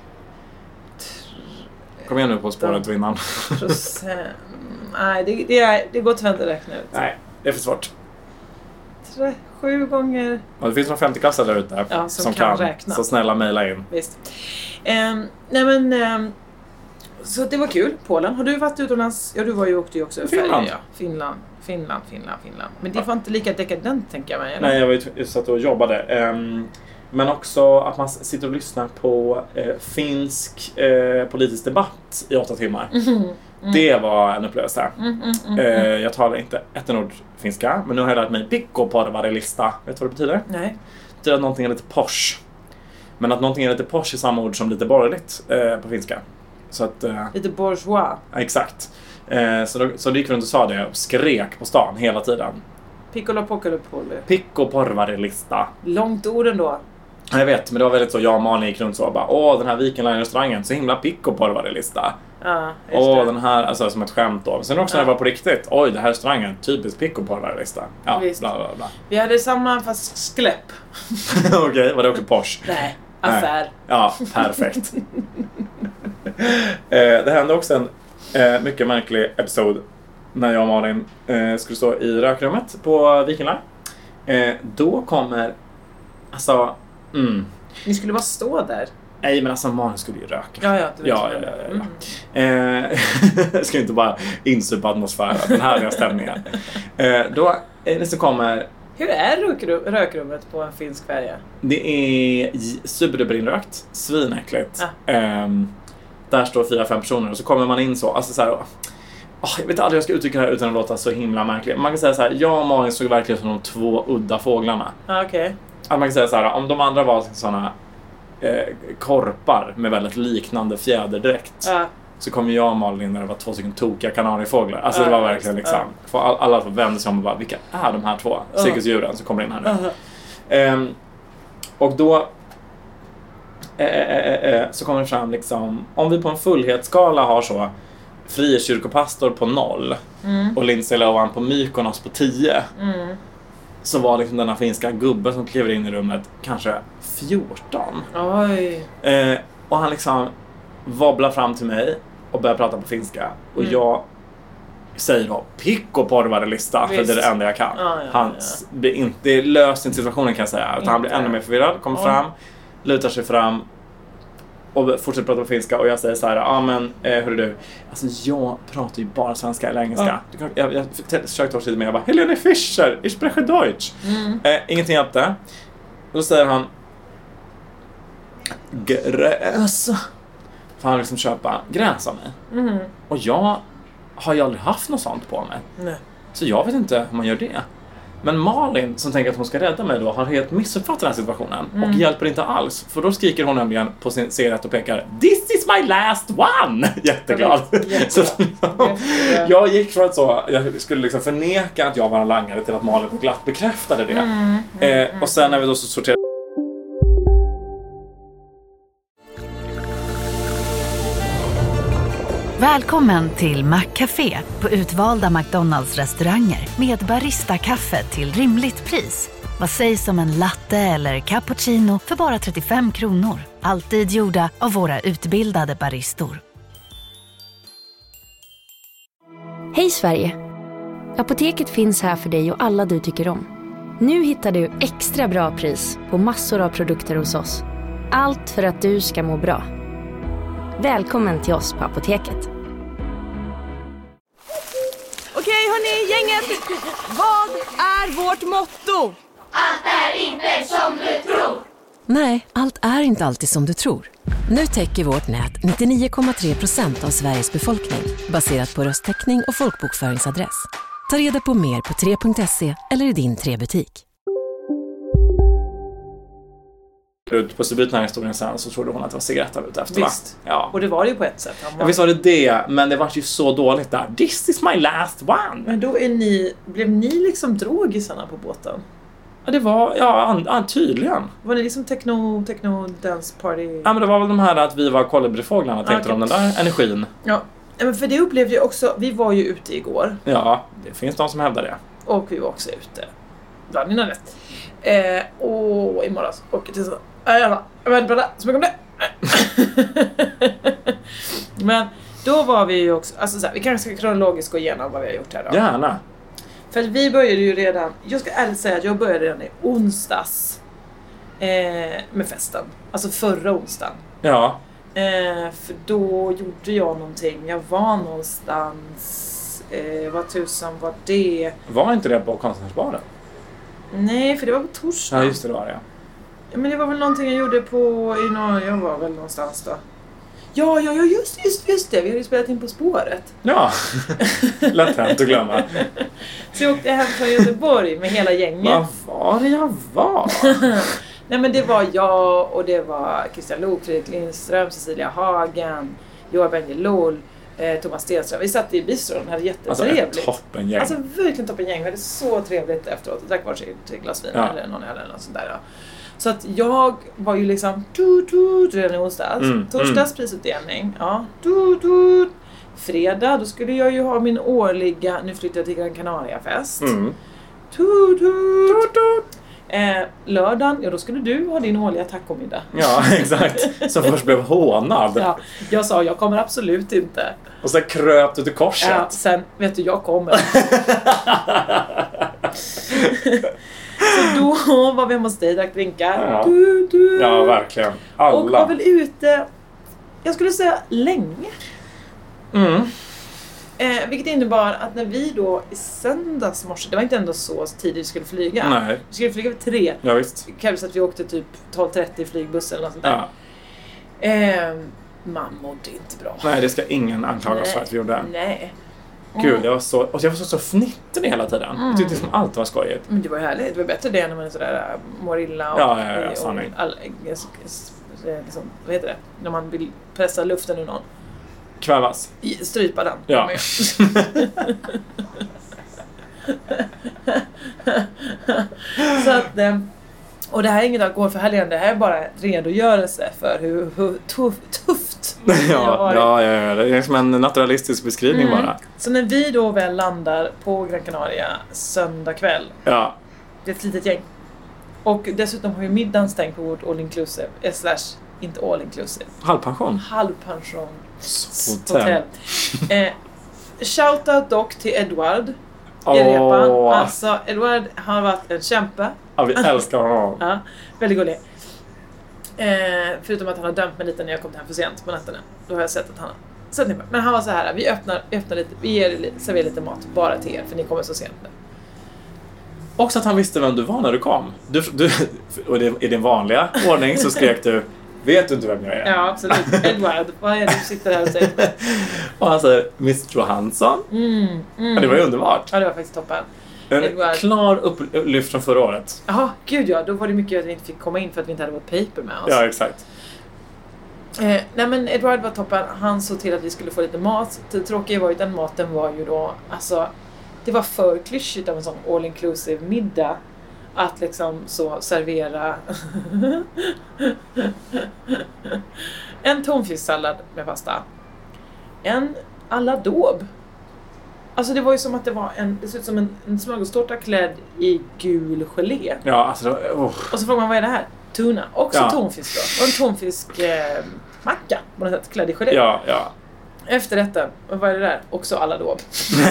Kom igen nu på spåret vinnaren. Procent... Nej, det, det, är, det går tyvärr inte att räkna ut. Nej, det är för svårt. Tre, sju gånger... Och det finns några femtioklassare där ute ja, som, som kan, kan räkna. Så snälla mejla in. Visst. Um, nej men... Um, så det var kul. Polen. Har du varit utomlands? Ja, du var ju åkte ju också. Finland. Ja. Finland. Finland, Finland, Finland. Men det var inte lika dekadent, tänker jag mig. Eller? Nej, jag var ju satt och jobbade. Um, men också att man sitter och lyssnar på uh, finsk uh, politisk debatt i åtta timmar. Mm, mm. Det var en upplevelse. Mm, mm, mm, Uh, mm. jag talar inte ett ord finska, men nu har jag lärt mig pikkoporvarilista. Vet du vad det betyder? Nej. Det betyder att någonting är lite posh. Men att någonting är lite posh är samma ord som lite borgerligt uh, på finska. Så att, uh, Lite bourgeois. exakt. Uh, så, då, så då gick vi runt och sa det och skrek på stan hela tiden. Piccolo poccolo polly. Pikkoporvarilista. Långt ord ändå. Jag vet, men det var väldigt så. Jag och Malin gick runt så och bara, åh, den här Viking Line-restaurangen, så himla pikkoporvarilista. Ja, just Åh, det. den här, alltså som ett skämt då. Sen också Ja. när det var på riktigt, oj, det här restaurangen, typiskt pikkoporvarilista. Ja, Visst. bla bla bla. Vi hade samma fast skläpp. Okej, okay, var det också posh? Nej, affär. Ja, perfekt. eh, det hände också en eh, mycket märklig episod när jag och Malin eh, skulle stå i rökrummet på Viking Line. Eh, då kommer, alltså, mm. Ni skulle bara stå där. Nej, men alltså Malin skulle ju röka. Ja, ja, du vet Ja, vad jag ja, menar. ja, ja. Eh, jag ska inte bara insupa atmosfären, den härliga stämningen. Eh, då eh, så kommer... Hur är rökrum, rökrummet på en finsk färja? Det är j- superduper-inrökt, svinäckligt. Ja. Eh, där står fyra, fem personer och så kommer man in så, alltså så här... Oh, jag vet aldrig hur jag ska uttrycka det här utan att låta så himla märkligt. Man kan säga så här, jag och Malin såg verkligen som de två udda fåglarna. Ja, okej. Okay. Att man kan säga så här, om de andra var sådana eh, korpar med väldigt liknande fjäderdräkt. Ja. Så kom jag och Malin in när det var två stycken tokiga kanariefåglar. Alltså Ja, det var verkligen just, liksom, ja. för all, alla får vända sig om och bara, vilka är de här två Ja. cirkusdjuren som kommer in här nu? Uh-huh. Ehm, och då eh, eh, eh, så kommer det fram liksom, om vi på en fullhetsskala har så frikyrkopastor på noll Mm. och Lindsay Lohan på Mykonos på tio, Mm. så var liksom denna finska gubben som kliver in i rummet kanske fjorton. Oj. Eh, och han liksom wobblar fram till mig och börjar prata på finska. Och Mm. jag säger då pikkoporvarilista, för det är Visst. det enda jag kan. Ja, ja, han ja. blir inte löst i situationen kan jag säga. Utan han blir Inte. ännu mer förvirrad, kommer Oj. fram, lutar sig fram och fortsätter prata på finska. Och jag säger så här, ja ah, men eh, hörru du, alltså jag pratar ju bara svenska eller engelska. Ja. Du kan, jag, jag försökte vara lite med, jag bara, Helene Fischer, ich spreche Deutsch. Mm. Eh, ingenting hjälpte. Och då säger han gräs. För han liksom köpa gräs av mig. Mm. Och jag har ju aldrig haft något sånt på mig. Nej. Så jag vet inte hur man gör det. Men Malin som tänker att hon ska rädda mig då har helt missuppfattat den här situationen. Mm. Och hjälper inte alls. För då skriker hon nämligen på sin cigarett och pekar, this is my last one! Jätteglad. Jättebra. Så, Jättebra. jag gick från att så, jag skulle liksom förneka att jag var en langare till att Malin glatt bekräftade det. Mm. Eh, och sen när vi då så sorterade Välkommen till Maccafé på utvalda McDonalds restauranger med Barista-kaffe till rimligt pris. Vad sägs om en latte eller cappuccino för bara trettiofem kronor? Alltid gjorda av våra utbildade baristor. Hej Sverige! Apoteket finns här för dig och alla du tycker om. Nu hittar du extra bra pris på massor av produkter hos oss. Allt för att du ska må bra. Välkommen till oss på Apoteket. Okej hörni, gänget! Vad är vårt motto? Allt är inte som du tror. Nej, allt är inte alltid som du tror. Nu täcker vårt nät nittionio komma tre procent av Sveriges befolkning baserat på röstteckning och folkbokföringsadress. Ta reda på mer på tre punkt se eller i din tre-butik. Ut på slutet av historien sen så trodde hon att det var cigaretter ute efter. Visst. Va? Ja. Och det var det ju på ett sätt. Han var... Ja, visst var det det, men det var ju så dåligt där. This is my last one. Men då är ni, blev ni liksom drogisarna på båten? Ja, det var, ja, an, an, tydligen. Var ni liksom techno, techno dance party? Ja, men det var väl de här att vi var kolibrifåglarna, tänkte okay. de, den där energin. Ja, men för det upplevde jag också, vi var ju ute igår. Ja, det finns de som hävdar det. Och vi var också ute. Bland ni rätt. Eh, och i morgon och till så. Ja, jävlar. Jag vet inte prata så mycket om det. Men då var vi ju också, alltså så här, vi kanske ska kronologiskt gå igenom vad vi har gjort här då. Gärna. För att vi började ju redan, jag ska ärligt säga att jag började redan i onsdags eh, med festen. Alltså förra onsdagen. Ja. Eh, för då gjorde jag någonting. Jag var någonstans, eh, vad tusan var det? Var inte det på konstnärsbaren? Nej, för det var på torsdag. Ja, just det, det var det. Ja, men det var väl någonting jag gjorde på, i någon, jag var väl någonstans då. Ja, ja, ja, just, just, just det. Vi hade ju spelat in På spåret. Ja, lätt hänt att glömma. Så jag åkte hem från Göteborg med hela gänget. Vad var det jag var? Nej, men det var jag och det var Christian Lok, Fredrik Lindström, Cecilia Hagen, Johan Benjelol, eh, Thomas Stenström. Vi satt i bistron och hade jättetrevligt. Alltså, toppen gäng. Alltså, verkligen toppen gäng. Vi hade så trevligt efteråt. Drack varsitt glas vin ja. eller någon eller något sånt där. Ja. Så att jag var ju liksom tut, tut, redan i onsdags. Mm, Torsdags mm. prisutdelning. Ja, tut, tut. Fredag, då skulle jag ju ha min årliga, nu flyttar jag till Gran Canaria-fest. Mm. Tut, tut, tut. Eh, lördagen, ja då skulle du ha din årliga tacomiddag. Ja, exakt. Som först blev hånad. Ja, jag sa, jag kommer absolut inte. Och sen kröp du till korset. Ja, sen, vet du, jag kommer. Så då var vi hemma hos dig, drack drinkar. Ja. Du, du. Ja, verkligen. Alla. Och var väl ute, jag skulle säga länge. Mm. Eh, vilket innebar att när vi då i söndags morse, det var inte ändå så tidigt vi skulle flyga. Nej. Vi skulle flyga vid tre. Ja, visst. Det krävdes att vi åkte typ tolv trettio flygbuss eller något sånt där. Ja. Eh, man mådde inte bra. Nej, det ska ingen anklaga oss för att vi gjorde. Nej. Gud, jag var så, och jag var så, så fnittrig hela tiden. Mm. Jag tyckte liksom allt var skojigt. Men det var härligt. Det var bättre det än när man är sådär mår illa och, Ja, ja, ja, och, sanning. och all, liksom, vad heter det? När man vill pressa luften ur någon. Kvävas. I, strypa den. Ja. Så att, och det här är inget att gå för helgen. Det här är bara en redogörelse för hur, hur tuff, tufft Ja, ja, ja, ja, det är som en naturalistisk beskrivning mm. bara. Så när vi då väl landar på Gran Canaria söndag kväll. Ja. Det är ett litet gäng. Och dessutom har vi middagen stängt på vårt all inclusive. Eh, slash, inte all inclusive. Halvpension. Halvpension. Hotell. Hotell. eh, Shoutout dock till Edward. Åh. I repan. Alltså, Edward har varit en kämpe. Ja, vi älskar honom. Ja, väldigt gullig. Eh, förutom att han har dömt mig lite när jag kom hem för sent på nätterna. Då har jag sett att han har sett mig. Men han var så här, vi öppnar, öppnar lite, vi ger lite, serverar lite mat bara till er, för ni kommer så sent. Också att han visste vem du var när du kom. Du, du, och det, i din vanliga ordning så skrek du, vet du inte vem jag är? Ja, absolut. Edward, vad är det du sitter här och säger? Och han säger, mister Johansson. Mm, mm. Ja, det var ju underbart. Ja, det var faktiskt toppen. En Edward. klar upplyft från förra året. Jaha, gud ja. Då var det mycket att vi inte fick komma in för att vi inte hade vårt paper med oss. Ja, exakt. Eh, nej men Edward var toppen. Han såg till att vi skulle få lite mat. Det tråkiga var ju att den maten var ju då, alltså, det var för klyschigt av en sån all inclusive middag att liksom så servera en tonfisksallad med pasta, en alla Daube. Alltså det var ju som att det var en, det ser ut som en, en smörgåstårta klädd i gul gelé. Ja, alltså... Oh. Och så frågar man, vad är det här? Tuna. Också ja. tonfisk då. Och en tonfisk eh, macka på något sätt, klädd i gelé. Ja, ja. Efter detta, vad är det där? Också alla Daube.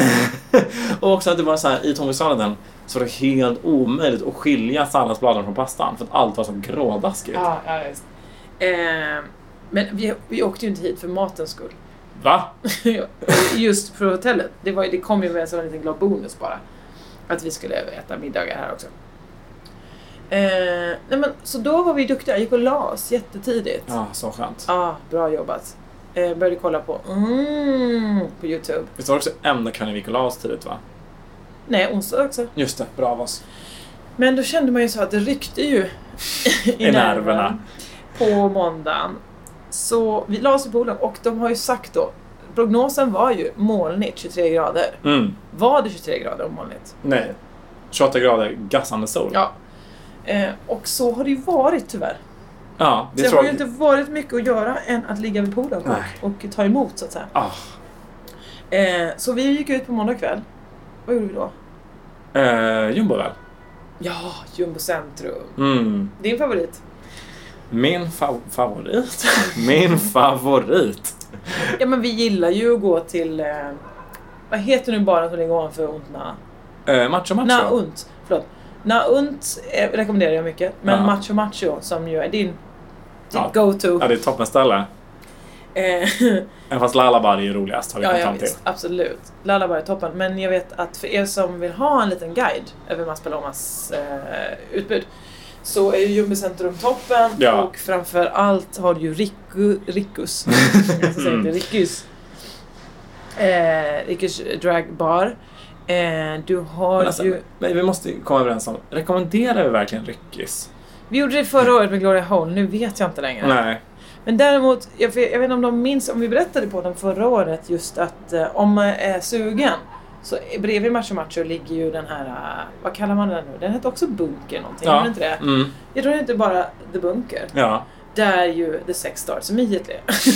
Och också att det var så här, i tonfisksalladen så var det helt omöjligt att skilja salladsbladen från pastan. För att allt var så grådaskigt. Ja, ja just. Eh, men vi, vi åkte ju inte hit för matens skull. Va? Just för hotellet. Det, var, det kom ju med en liten glad bonus bara. Att vi skulle äta middagar här också. Eh, nej men, så då var vi duktiga. Jag gick och las jättetidigt. Ja, så skönt. Ja, ah, bra jobbat. Eh, började kolla på mm, på YouTube. Visst var det också enda kvällen vi gick och la oss tidigt, va? Nej, onsdag också. Just det, bra av oss. Men då kände man ju så att det ryckte ju i, I nerverna på måndagen. Så vi la oss i poolen och de har ju sagt då, prognosen var ju molnigt tjugotre grader. Mm. Var det tjugotre grader och molnigt? Nej, tjugoåtta grader gassande sol. Ja, eh, och så har det ju varit tyvärr. Ja, det så det tror har ju inte varit mycket att göra än att ligga vid poolen och, och ta emot så att säga. Ah. Eh, så vi gick ut på måndag kväll. Vad gjorde vi då? Eh, Jumbo väl? Ja, Jumbo Centrum. Mm. Din favorit? Min fa- favorit? Min favorit? Ja, men vi gillar ju att gå till... Eh, vad heter nu bara som ligger ovanför Untna? Eh, macho Macho? Naunt, förlåt. Naunt eh, rekommenderar jag mycket. Men ja. Macho Macho som ju är din, din ja. go-to. Ja, det är toppenställe. Eh, Även fast Lalabar är ju roligast har vi ja, kommit ja, fram till. visst, absolut. Lalabar är toppen. Men jag vet att för er som vill ha en liten guide över Mas Palomas eh, utbud så är ju Jumbo Centrum toppen. Ja. Och framför allt har du ju Riku, Rikus. Jag ska säga inte Rikus. Eh, Rikus Drag Bar. Eh, du har alltså, ju... Men vi måste komma överens om, rekommenderar vi verkligen Rickis? Vi gjorde det förra året med Gloria Hole, nu vet jag inte längre. Nej. Men däremot, jag vet, jag vet inte om de minns, om vi berättade på den förra året just att eh, om man är sugen så bredvid Macho Macho ligger ju den här, uh, vad kallar man den nu? Den heter också Bunker någonting, ja. inte det? Mm. Jag tror det inte bara The Bunker. Ja. Där ju The Sex Starts immediately.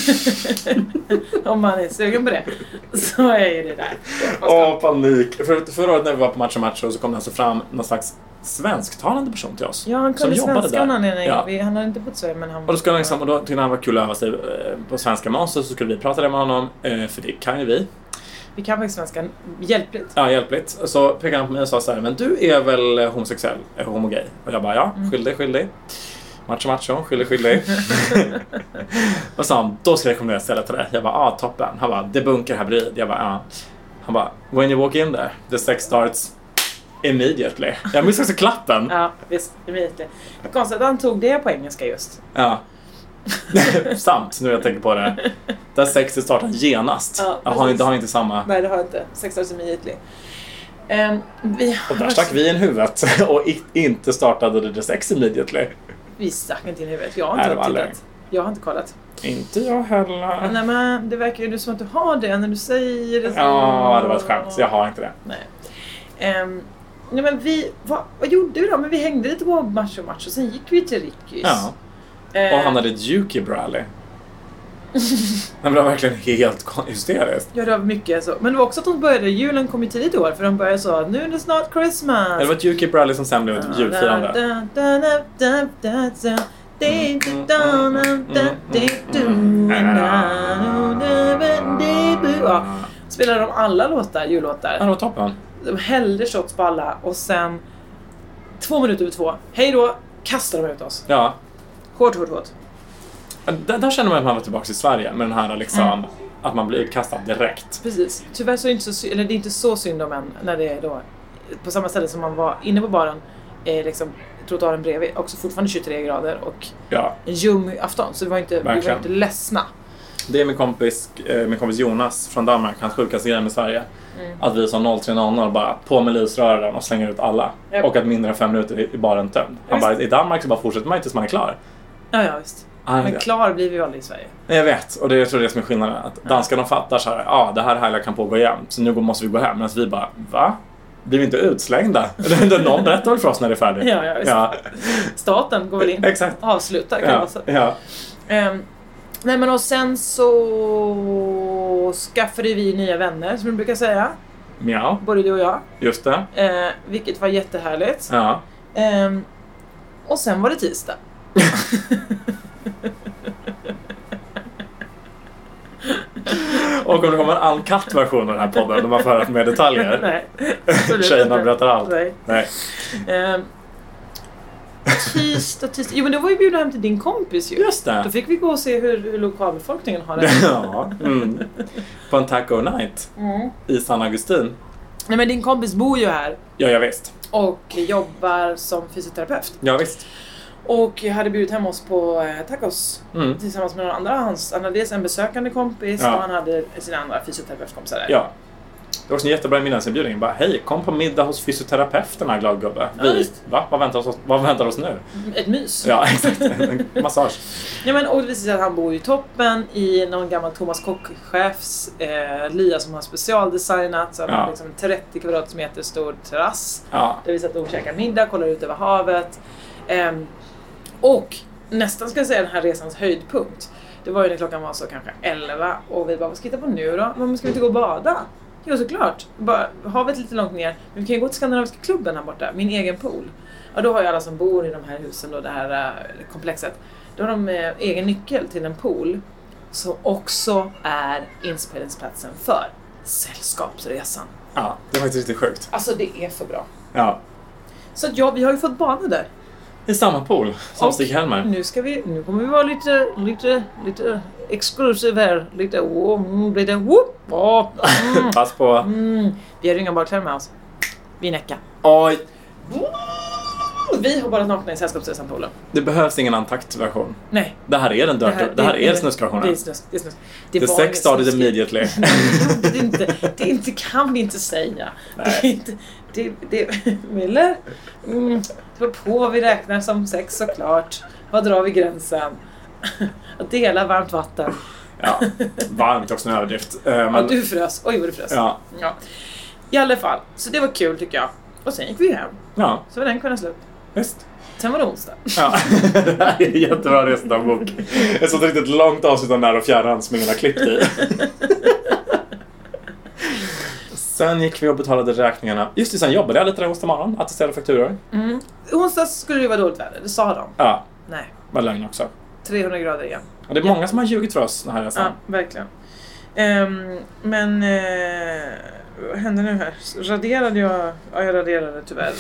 Om man är sugen på det så är ju det där. Åh, panik. För, förra året när vi var på Macho Macho så kom det alltså fram någon slags svensktalande person till oss. Ja, han kunde svenska av någon anledning. Ja. Vi, han hade inte bott så men han... Och då skulle han liksom, och då tyckte han var kul att öva sig på svenska med oss, så skulle vi prata det med honom, för det kan ju vi. Vi kan faktiskt svenska hjälpligt. Ja, hjälpligt. Så pekade han på mig och sa så här, men du är väl homosexuell, är homogay? Och jag bara, ja, Mm. skyldig, skyldig. Macho macho, skyldig, skyldig. Och så han, då ska jag rekommendera stället till det. Jag bara, ah, toppen. Han bara, det bunker här bredvid. Jag bara, ja. Han bara, when you walk in there, the sex starts immediately. Jag minns också klappen. Ja, visst, immediately. Det är konstigt att han tog det på engelska just. Ja. Samt, nu jag tänker på det. Där sex startar genast. Ja, jag har inte, har inte samma. Nej, det har jag inte. Sex starts immediately. Um, vi och där stack vi in huvudet och inte startade det sex immediately. Vi stack inte in huvudet. Jag har inte Nej, tittat. Jag har inte kollat. Inte jag heller. Nej, men det verkar ju som att du har det när du säger det så. Ja, det var ett skämt. Jag har inte det. Nej. Um, nej men vi, vad, vad gjorde vi då? Men vi hängde lite på Macho Macho. Sen gick vi till Rickys. Ja. Uh, och han hade ett Juki Rally. Det var verkligen helt hysteriskt. Ja, det var mycket så. Men det var också att de började, julen kom ju tidigt i år. För de började så, nu är det snart Christmas. Det var ett Juki Rally som sen blev ett julfirande. Ja, spelade de alla låtar, jullåtar. Ja, det var toppen. De hällde shots på alla och sen två minuter över två, hej då, kastade de ut oss. Ja. Hårt, hårt, hårt. Där, där känner man att man var tillbaka i Sverige med den här liksom, mm. att man blir utkastad direkt. Precis. Tyvärr så är det inte så, eller det är inte så synd om en när det är då på samma ställe som man var inne på baren, är liksom trottoaren bredvid, också fortfarande tjugotre grader och ja. en ljum afton, så det var inte, vi var inte ledsna. Det är min kompis, eh, min kompis Jonas från Danmark, hans sjukaste grej med Sverige. Mm. Att vi som noll tre noll noll bara på med lysrören och slänger ut alla. Yep. Och att mindre än fem minuter i baren tömd. Han bara, i Danmark så bara fortsätter man inte tills man är klar. Ja, ja visst. Ah, men klar blir vi ju aldrig i Sverige. Jag vet, och det jag tror det är som är skillnaden. Att ja. Danskar de fattar så här, ja ah, det här härliga kan pågå igen. Så nu måste vi gå hem. Medan vi bara, va? Blir vi inte utslängda? Någon berättar väl för oss när det är färdigt. Ja, ja, visst. Ja. Staten går väl in. Exakt. Avslutar kan ja. man säga. Ja. Um, Nej men och sen så skaffade vi nya vänner som du brukar säga. Ja. Både du och jag. Just det. Eh, vilket var jättehärligt. Ja. Eh, och sen var det tisdag. Och om det kommer en uncut version av den här podden där man får höra mer detaljer. Nej. Tjejerna berättar allt. Nej. Nej. Eh, tisdag, tisdag. Jo men då var vi bjudna hem till din kompis ju. Just det. Då fick vi gå och se hur, hur lokalbefolkningen har det. Ja. Mm. På en taco night Mm. i San Augustin. Nej men din kompis bor ju här. Ja, jag visst. Och jobbar som fysioterapeut. Ja, visst. Och jag hade bjudit hem oss på eh, tacos. Mm. Tillsammans med några andra. Hans, han hade dels en besökande kompis. Ja. Och han hade sina andra fysioterapeutkompisar där. Ja. Det var också en jättebra middagsinbjudning. Bara, hej, kom på middag hos fysioterapeuterna, glad gubbe. Ja, Vi, visst. va? Vad väntar oss, vad väntar oss nu? Ett mys. Ja, exakt. En massage. Ja, men, och det visade sig att han bor i toppen i någon gammal Thomas Koch-chefs eh, lya som har specialdesignat. Så han Ja. har liksom trettio kvadratmeter stor terrass. Ja. Där vi satt och käkade middag, kollade ut över havet. Ehm, och nästan ska jag säga den här resans höjdpunkt. Det var ju när klockan var så kanske elva. Och vi bara, vad ska vi hitta på nu då? Men ska vi inte gå och bada? Jo, såklart. Bara, havet lite långt ner. Men vi kan ju gå till Skandinaviska klubben här borta. Min egen pool. Ja, då har ju alla som bor i de här husen då, det här uh, komplexet. Då har de uh, egen nyckel till en pool. Som också är inspelningsplatsen för Sällskapsresan. Ja, det var faktiskt riktigt sjukt. Alltså det är för bra. Ja. Så att ja, vi har ju fått bada där. I samma pool som Och Stig-Helmer. Nu ska vi, nu kommer vi vara lite, lite, lite exklusiv här. Lite, oh, lite, whoop, oh, mm, Pass på. mm. Vi har inga badkläder med oss. Vi näckar. Oj, Vi har bara nakna i Sällskapsresan-poolen. det behövs ingen antakt-version. Nej. Det här är den Det dirty. här- Det här det- är det- snuskversionen. Det är snusk. Det är snusk. The var sex inget started snuskigt. immediately. det, är inte, det är inte, kan vi inte säga. Det är inte, det, det, eller? Mm, det var på vi räknar som sex såklart. Vad drar vi gränsen? Att dela varmt vatten. Ja, varmt också en överdrift. Eh, Ja, Men, du frös. Oj, vad du frös. ja, Ja. I alla fall. Så det var kul tycker jag. Och sen gick vi hem. ja, Så var den kvällen slut. visst. Sen var det onsdag. Ja, det här är en jättebra resedagbok. Ett sånt riktigt långt avsnitt av Nära och fjärran som ingen har klippt i. Sen gick vi och betalade räkningarna. Just det, sen jobbade jag lite där onsdag morgon. Attesterade fakturor. Mm. Onsdag skulle det vara dåligt väder. Det sa de. Ja, Nej. var lögn också. trehundra grader igen. Och det är många som har ljugit för oss den här resan. Ja, verkligen. Ehm, men eh, vad hände nu här? Raderade jag? Ja, jag raderade tyvärr.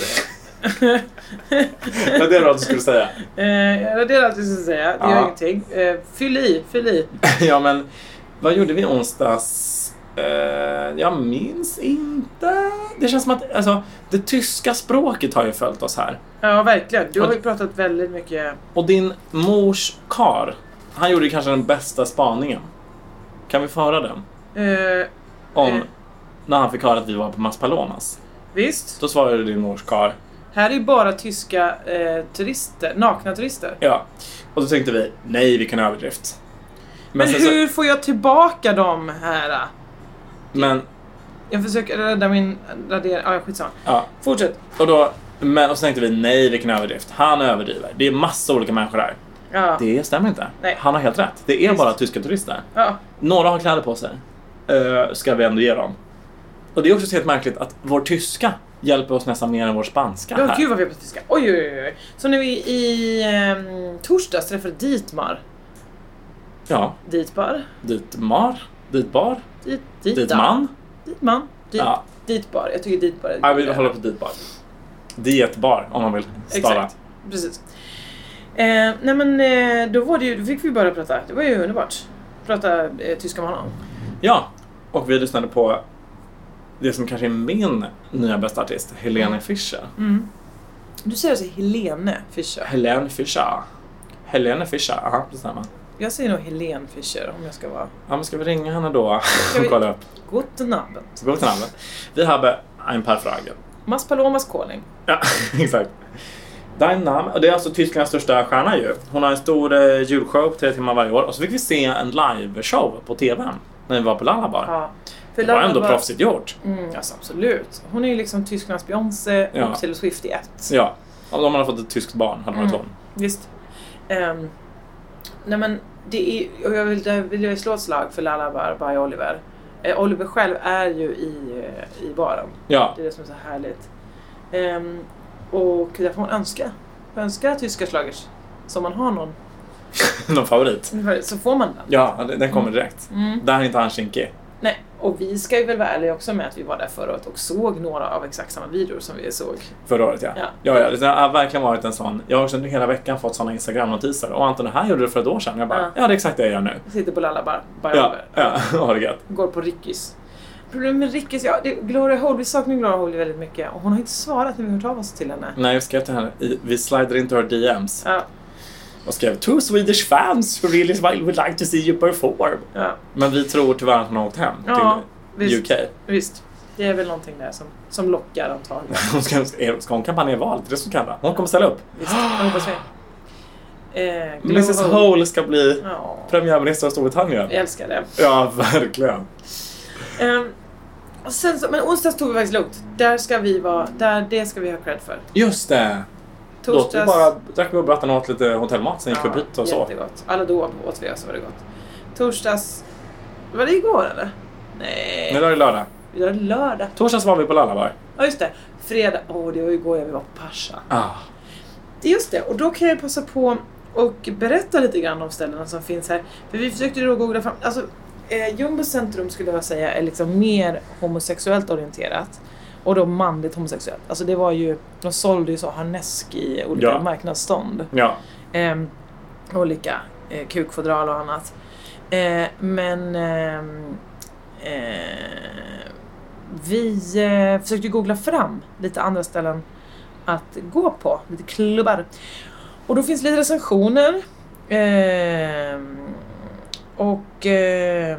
Det är det du skulle säga. eh, jag raderade allt jag skulle säga. Det Ja. gör ingenting. Eh, fyll i, fyll i. Ja, men vad gjorde vi onsdags? Uh, jag minns inte. Det känns som att alltså, det tyska språket har ju följt oss här. Ja, verkligen. Du har Och- ju pratat väldigt mycket. Och din mors kar, han gjorde ju kanske den bästa spaningen. Kan vi få höra den? Eh, Om Eh. när han fick höra att vi var på Maspalomas. visst. Då svarade din mors kar. Här är ju bara tyska eh, turister, nakna turister. Ja. Och då tänkte vi, nej, vi kan överdrift. Men, sen hur får jag tillbaka dem här? Så, men, Jag försöker rädda min... Radera, ja, skitsamma. ja. Fortsätt. Och då, men, och så tänkte vi, nej, vi kan överdrift. Han överdriver. Det är massa olika människor där. Ja. Det stämmer inte. Nej. Han har helt rätt. Det är Visst. bara tyska turister. Ja. Några har kläder på sig. Uh, ska vi ändå ge dem. Och det är också så helt märkligt att vår tyska hjälper oss nästan mer än vår spanska Ja, här. gud vad vi är på tyska. Oj, oj, oj. Så när vi i um, torsdags träffade Dietmar. Ja, Dietbar? Ditmar, Ditbar, Dit, Dita. Ditman. Dietman? Dit, Ja. Dietbar. Jag tycker Dietbar är... Jag vill hålla på Ditbar. Dietbar, om man vill stava. Exakt. Precis. Eh, nej men eh, då var det ju, då fick vi bara prata. Det var ju underbart. Prata eh, tyska med honom. Ja, och vi lyssnade på det som kanske är min nya bästa artist, Helene Fischer. Mm. Du säger alltså Helene Fischer. Helene Fischer. Helene Fischer, aha, det stämmer. Jag säger nog Helene Fischer om jag ska vara... Ja, men ska vi ringa henne då Ska och vi- kolla upp? Guten Abend. God till namnet. Vi har en par frågor. Mas Palomas calling. Ja, exakt. Dein Name, och det är alltså Tysklands största stjärna ju. Hon har en stor eh, julshow på tre timmar varje år. Och så fick vi se en liveshow på tvn när vi var på Lalabar. Ja. För Det var ändå Lalabar- proffsigt gjort. Mm, alltså absolut. Hon är ju liksom Tysklands Beyoncé Ja. och Taylor Swift i ett. Ja, om man hade fått ett tyskt barn hade man varit Mm. hon. Visst. Ehm, Nej men det är, och jag vill, där vill jag slå ett slag för Lullaby by Oliver. Eh, Oliver själv är ju i, i baren. Ja. Det är det som är så härligt. Um, och där får man önska. Önska tyska schlagers. Så man har någon. någon favorit. Så får man den. Ja, den kommer direkt. Mm. Där är inte han kinkig. Nej, och vi ska ju väl vara ärliga också med att vi var där förra året och såg några av exakt samma videor som vi såg. Förra året, ja. Ja, ja, ja det har verkligen varit en sån. Jag har också hela veckan fått såna Instagram-notiser. Och Anton, det här gjorde du för ett år sedan. Jag bara, ja, ja det är exakt det jag gör nu. Jag sitter på Lullaby by Ja, Oliver. ja, ja, det är gött. Går på Rickys. Problemet med Rickys, ja, det, Gloria Hole, vi saknar Gloria Hole väldigt mycket. Och hon har inte svarat när vi hört av oss till henne. Nej, jag skrev till henne. Vi slider into her D Ms. Ja. Och skrev, two Swedish fans who really would like to see you perform. Ja. Men vi tror tyvärr att hon har åkt hem Ja, till visst, U K. Visst, det är väl någonting där som, som lockar antagligen. Hon ska, ska hon kampanja i valet? Det är så kan det. Hon kommer ställa upp. Visst, jag hoppas vi. Eh, missus Hole. Hole ska bli Ja. premiärminister av Storbritannien. Jag älskar det. Ja, verkligen. Um, och sen så, men onsdags tog vi faktiskt lugnt. Där ska vi vara, där, det ska vi ha cred för. Just det. Torsdags... Då vi bara drack vi och brattade åt lite hotellmat, sen gick vi ja, hit och så. Jättegott. Alla då åt vi, så var det gott. Torsdags... Var det igår eller? Nej. Nej, då är det lördag. Det var lördag. Torsdags var vi på Lullaby. Ja, just det. Fredag. Åh, oh, det var igår jag vi var på Pascha. Ah. Det är just det. Och då kan jag passa på och berätta lite grann om ställena som finns här. För vi försökte då googla fram... Alltså, eh, Jumbo Centrum skulle jag säga är liksom mer homosexuellt orienterat. Och då manligt homosexuellt. Alltså det var ju... De sålde ju så harnesk i olika ja. marknadsstånd. Ja. Eh, olika eh, kukfodral och annat. Eh, men... Eh, eh, vi eh, försökte googla fram lite andra ställen att gå på. Lite klubbar. Och då finns lite recensioner. Eh, och... Eh,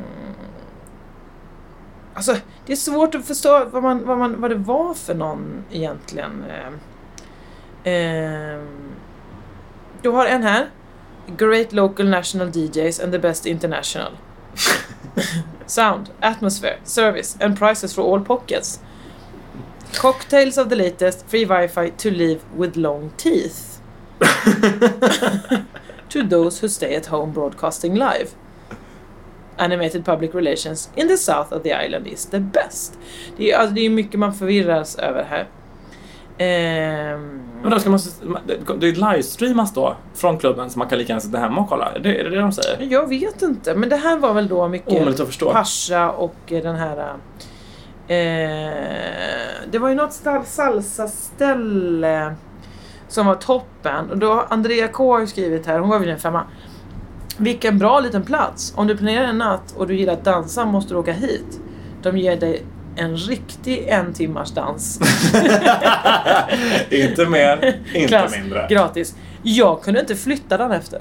alltså, det är svårt att förstå vad, man, vad, man, vad det var för någon egentligen. Eh, eh, du har en här. Great local national D Js and the best international. Sound, atmosphere, service and prices for all pockets. Cocktails of the latest, free wifi to live with long teeth. To those who stay at home broadcasting live. Animated public relations in the south of the island is the best. Det är, alltså, det är mycket man förvirras över här. Ehm... Men då ska man, det är livestreamas då från klubben så man kan lika gärna sitta hemma och kolla. Är det är det, det de säger? Jag vet inte, men det här var väl då mycket omöjligt att förstå. Pascha och den här... Eh, det var ju något salsa-ställe som var toppen. Och då Andrea K har ju skrivit här, hon var väl en femma. Vilken bra liten plats. Om du planerar en natt och du gillar att dansa måste du åka hit. De ger dig en riktig en timmars dans. Inte mer, inte Klass, mindre. Gratis. Jag kunde inte flytta den efter.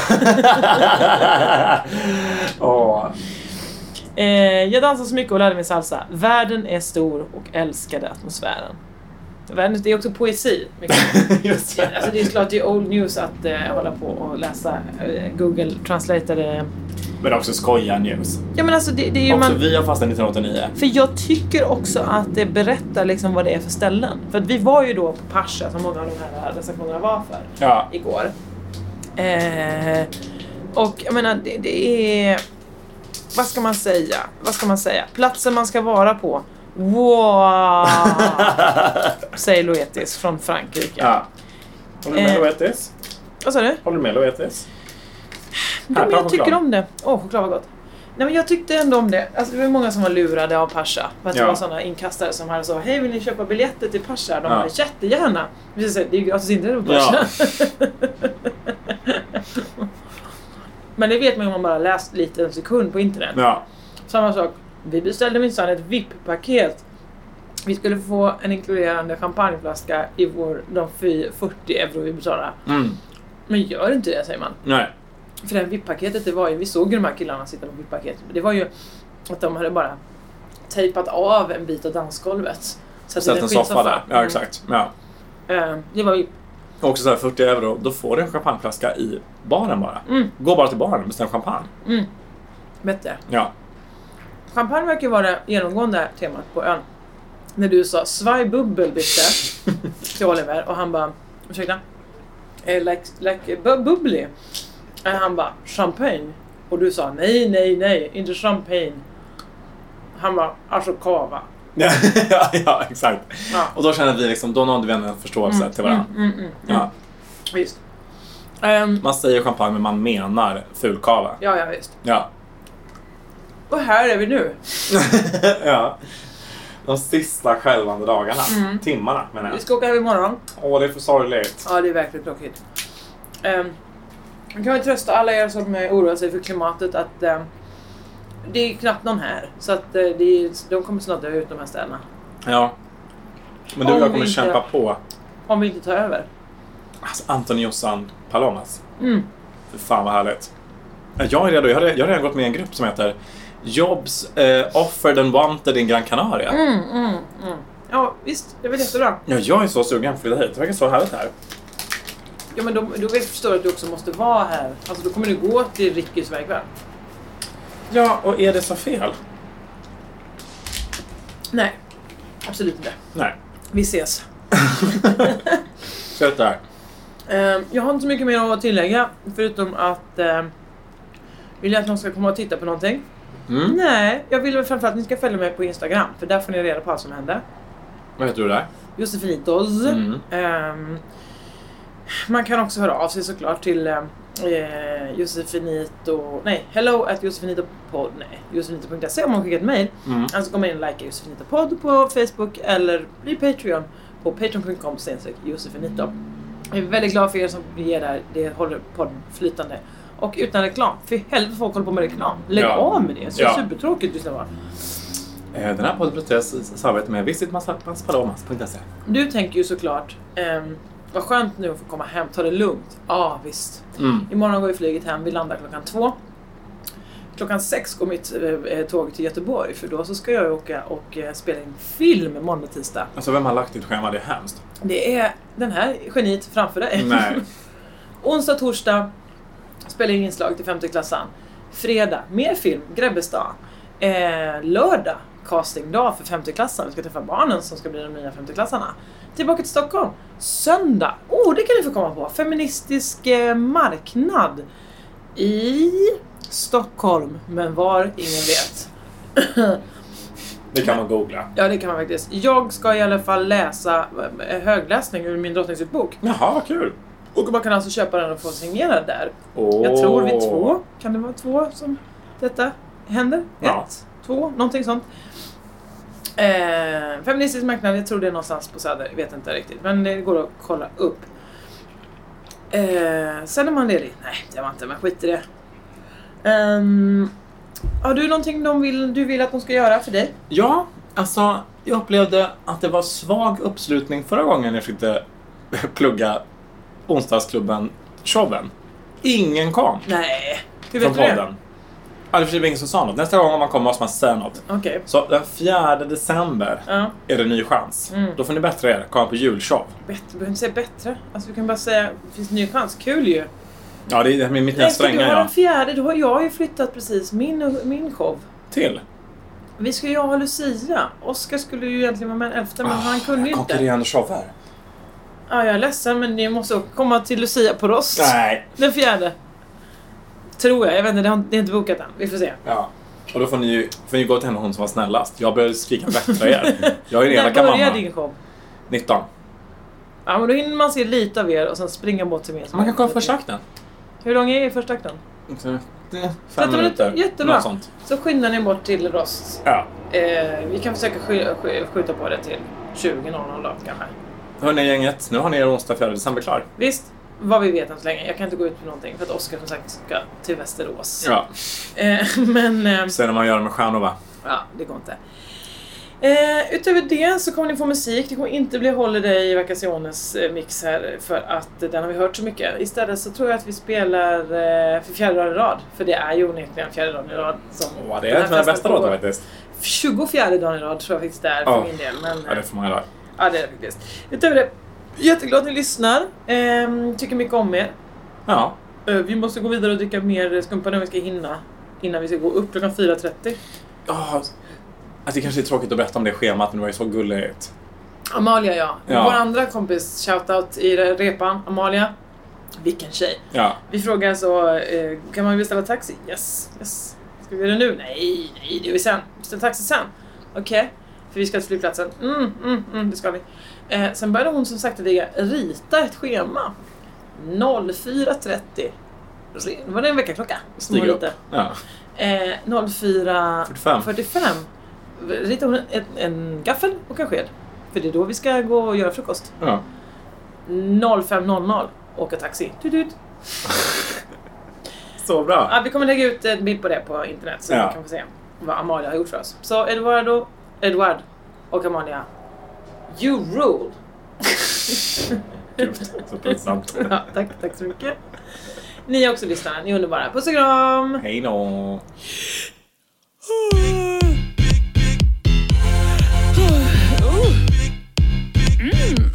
Åh. eh, jag dansade så mycket och lärde mig salsa. Världen är stor och älskade atmosfären. Världen, det är också poesi. Just det. Alltså det är klart det är old news att eh, hålla på och läsa eh, Google Translator. Men också skoja news. Ja, men alltså det, det är ju också man... vi har fastnat nittonhundranittionio. För jag tycker också att det berättar liksom vad det är för ställen. För att vi var ju då på Pascha som många av de här recensionerna var för ja. igår. Eh, och jag menar det, det är... Vad ska man säga? Vad ska man säga? Platsen man ska vara på. Wow! Säger Loetis från Frankrike. Ja. Håller du med eh, Loetis? Vad sa du? Håller du med Loetis? Ja, men jag tycker om det. Åh, oh, choklad var gott. Nej, men jag tyckte ändå om det. Alltså det var många som var lurade av Pascha. För att ja. det var sådana inkastare som hade så, hej vill ni köpa biljetter till Pascha? De ja. hade jättegärna. Det är ju gratis inte på Pascha. Ja. Men det vet man om man bara läst lite en sekund på internet. Ja. Samma sak. Vi beställde minsann ett V I P-paket. Vi skulle få en inkluderande champagneflaska i vår, de fyrtio euro vi betalade. Mm. Men gör inte det, säger man. Nej. För det här V I P-paketet, det var ju, vi såg ju de här killarna sitta på V I P-paketet. Det var ju att de hade bara tejpat av en bit av dansgolvet. Så att så det en soffa där. Ja, exakt. Ja. Uh, det var ju... Också så här fyrtio euro, då får du en champagneflaska i baren bara. Mm. Gå bara till baren och beställ champagne. Mm. Bättre. Ja. Champagne verkar vara det genomgående temat på ön. När du sa svaj bubbel bitte till Oliver och han bara, ursäkta, eh, like, like bu- bubbly. Och han bara, champagne? Och du sa, nej, nej, nej, inte champagne. Han bara, alltså kava. ja, ja, exakt. Ja. Och då känner vi liksom, då nådde vi en förståelse Mm, till varandra. mm, mm, mm, Ja. Visst. Um, Man säger champagne men man menar fulkava. ja, ja, visst. Ja. Och här är vi nu. ja. De sista skälvande dagarna. Mm. Timmarna menar jag. Vi ska åka hem imorgon. Åh, det är för sorgligt. Ja, det är verkligen tråkigt. Um, man kan väl trösta alla er som eh, oroar sig för klimatet att um, det är knappt någon här. Så att uh, det är, de kommer snart dö ut de här städerna. Ja. Men du och Om jag vi kommer inte- kämpa på. Om vi inte tar över. Alltså, Anton Jossan Palomas. Mm. För fan vad härligt. Jag är redo. Jag har, jag har redan gått med i en grupp som heter Jobs eh, Offered and Wanted in Gran Canaria. Mm, mm, mm. Ja, visst. Det är väl jättebra. Ja, jag är så sugen för det hit. Det verkar så härligt här. Ja, men då, då förstår du att du också måste vara här. Alltså, då kommer du gå till Rickys vägväg. Ja, och är det så fel? Nej, absolut inte. Nej. Vi ses. Sätt där. Uh, jag har inte så mycket mer att tillägga. Förutom att uh, vill jag att någon ska komma och titta på någonting? Mm. Nej, jag vill framförallt att ni ska följa mig på Instagram. För där får ni reda på allt som händer. Vad heter du där? Josefinitos. Mm. Um, man kan också höra av sig såklart till uh, Josefinito. Nej, hello at josefinitopod. Nej, josefinito punkt se om man skickar ett mejl. Mm. Alltså kommer in och likea Josefinitopod på Facebook eller bli Patreon på patreon punkt com slash josefinito. Jag är väldigt glad för er som ger det här. Det håller podden flytande. Och utan reklam. För helvete folk håller på med reklam. Lägg Ja. av med det. Så Ja. supertråkigt just det var. Eh, Den här podden presenteras i samarbete med visit palomas punkt se. Du tänker ju såklart ehm, vad skönt nu att få komma hem. Ta det lugnt. Ja, ah, visst. Mm. Imorgon går vi flyget hem. Vi landar klockan två. Klockan sex går mitt eh, tåg till Göteborg. För då så ska jag åka och eh, spela in film måndag och tisdag. Alltså vem har lagt ditt schema? Det är hemskt. Det är den här geniet framför dig. Nej. Onsdag, torsdag spelar in inslag till femte klassan. Fredag, mer film, Grebbestad. Eh, lördag, castingdag för femte klassan. Vi ska träffa barnen som ska bli de nya femteklassarna. Tillbaka till Stockholm. Söndag, oh det kan ni få komma på. Feministisk eh, marknad i Stockholm. Men var, ingen vet. Det kan man googla. Ja, det kan man faktiskt. Jag ska i alla fall läsa eh, högläsning ur min drottningsutbok. Jaha, vad kul. Och man kan alltså köpa den och få signera där. Oh. Jag tror vi är två. Kan det vara två som detta händer? Ja. Ett, två, någonting sånt. Eh, feministisk marknad, jag tror det är någonstans på Söder. Jag vet inte riktigt. Men det går att kolla upp. Eh, sen är man ledig. Nej, det var inte. Men skit i det. Um, har du någonting de vill, du vill att de ska göra för dig? Ja, alltså jag upplevde att det var svag uppslutning förra gången jag fick plugga onsdagsklubben showen. Ingen kom. Nej. Hur från vet du podden. Ja, det var ingen som sa något. Nästa gång man kommer måste man säga något. Okej. Okay. Så den fjärde december ja. är det en ny chans. Mm. Då får ni bättre er. Komma på julshow. Bättre, du behöver inte säga bättre. Alltså du kan bara säga, det finns en ny chans. Kul ju. Ja, det är mitt nya stränga. Du har ja. den fjärde, då har jag ju flyttat precis min, min show. Till? Vi ska ju ha Lucia. Oskar skulle ju egentligen vara med en elfte, men oh, han kunde ju inte. Konkurrerande shower. Ja, jag är ledsen, men ni måste också komma till Lucia på Rost. Nej. Den fjärde. Tror jag, jag vet inte, det är inte, inte bokat än. Vi får se. Ja. Och då får ni ju får ni gå till henne hon som var snällast. Jag började skrika bättre er. Jag är en elaka mamma. När börjar din show? nitton. Ja, men då hinner man se lite av er och sen springa bort till mig. Man kan komma första akten. Hur lång är första akten? Fem minuter. Jättebra. Sånt. Så skyndar ni bort till Rost. Ja. Eh, vi kan försöka sk- sk- skjuta på det till tjugo noll noll då, kanske. Hörrni gänget, nu har ni er onsdag fjärde december klar. Visst, vad vi vet än så länge. Jag kan inte gå ut på någonting för att Oskar som sagt ska till Västerås. Ja. Eh, men... Eh, Sen när man gör det med stjärnor, va? Ja, det går inte. Eh, utöver det så kommer ni få musik. Det kommer inte bli Holiday Vacaciones eh, mix här för att eh, den har vi hört så mycket. Istället så tror jag att vi spelar eh, för fjärde dagen i rad. För det är ju onekligen fjärde dagen i rad som... Åh, det är ett av de bästa låtar faktiskt. tjugofjärde dagen i rad tror jag faktiskt det är för oh. min del. Men, ja, det är för många dagar. Ja, det är det faktiskt. Utöver det, jätteglad att ni lyssnar. Eh, tycker mycket om er. Ja. Eh, vi måste gå vidare och dricka mer skumpa när vi ska hinna. Innan vi ska gå upp klockan fyra trettio. Ja, oh, alltså det kanske är tråkigt att berätta om det schemat, men det var ju så gulligt. Amalia, ja. ja. Vår andra kompis, shoutout i repan, Amalia. Vilken tjej. Ja. Vi frågar så, eh, kan man beställa taxi? Yes, yes. Ska vi göra det nu? Nej, nej, det är vi sen. Beställa taxi sen. Okej, okay. För vi ska till flygplatsen. Mm, mm, mm, det ska vi. Eh, sen började hon som sagt att rita ett schema. noll fyra trettio. Det var det en veckaklocka. Stig upp. Ja. Eh, noll fyra fyrtiofem. Ritar hon en, en gaffel och en sked. För det är då vi ska gå och göra frukost. Ja. noll fem noll noll. Åka taxi. Tut, tut. Så bra. Ja, vi kommer lägga ut en bild på det på internet. Så ja. Vi kan få se vad Amalia har gjort för oss. Så Eduardo, Edward och Amalia. You rule. Gud, så pinsamt. Ja, tack, tack så mycket. Ni är också lyssnare, ni är underbara. Puss och kram! Hej då! Mm.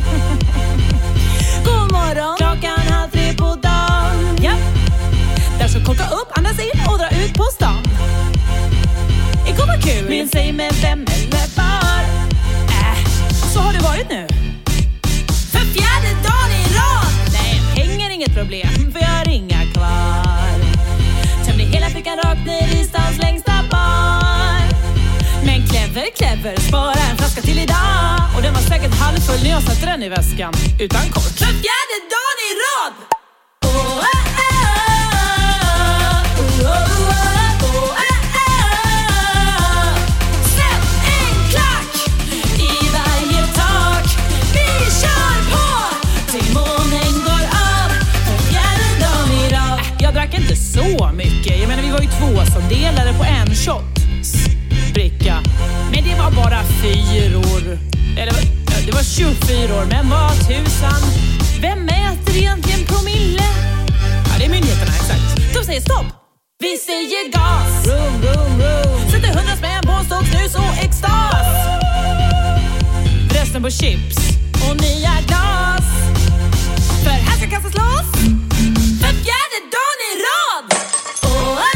God morgon, klockan halv tre på dagen. Ja. Där så korka upp, andas in och dra ut på stan. Igår var kul, men säg med vem eller var. Äh, så har det varit nu. För fjärde dagen i rad. Nej, hänger inget problem, för jag har inga kvar. Tömde hela fickan rakt ner i stans längsta bar. Men clever, clever, spara en flaska till idag. Och den var säkert halvfull när jag satte den i väskan utan kork. För fjärde dagen i rad. Oh, oh, oh, oh, oh, oh, oh. Sätt en klack i varje tak. Vi kör på till månen går av. För fjärde dagen i rad. Jag drack inte så mycket. Jag menar, vi var ju två som delade på en shot. Bricka. Men det var bara fyror. Eller det var tjugofyra år. Men vad tusan. Vem mäter egentligen promille? Ja, det är myndigheterna, exakt. De säger stopp. Vi säger gas. Room, room, room. Sätter hundra spänn på en stock snus och extas. Resten på chips och nya glas. För här ska kastas loss. För fjärde dagen i rad. Oh, oh,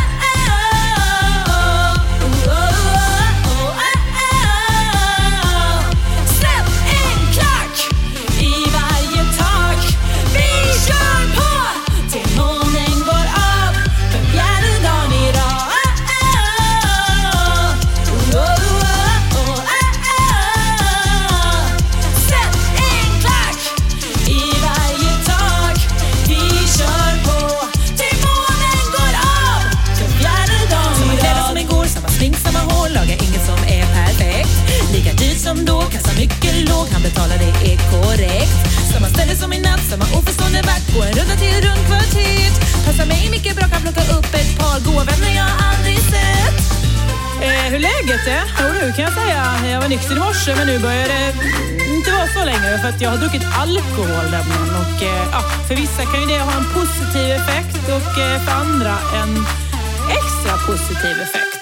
som då, kassa mycket låg, han betalar, det är korrekt. Samma ställe som i natt, samma oförstående vakt. Gå en runda till runt kvarteret. Passar mig mycket bra, kan plocka upp ett par goa vänner jag aldrig sett. eh, Hur läget är? Jo du, kan jag säga. Jag var nykter i morse, men nu börjar det inte vara så längre. För att jag har druckit alkohol nämligen. Och eh, ja, för vissa kan ju det ha en positiv effekt. Och eh, för andra en extra positiv effekt.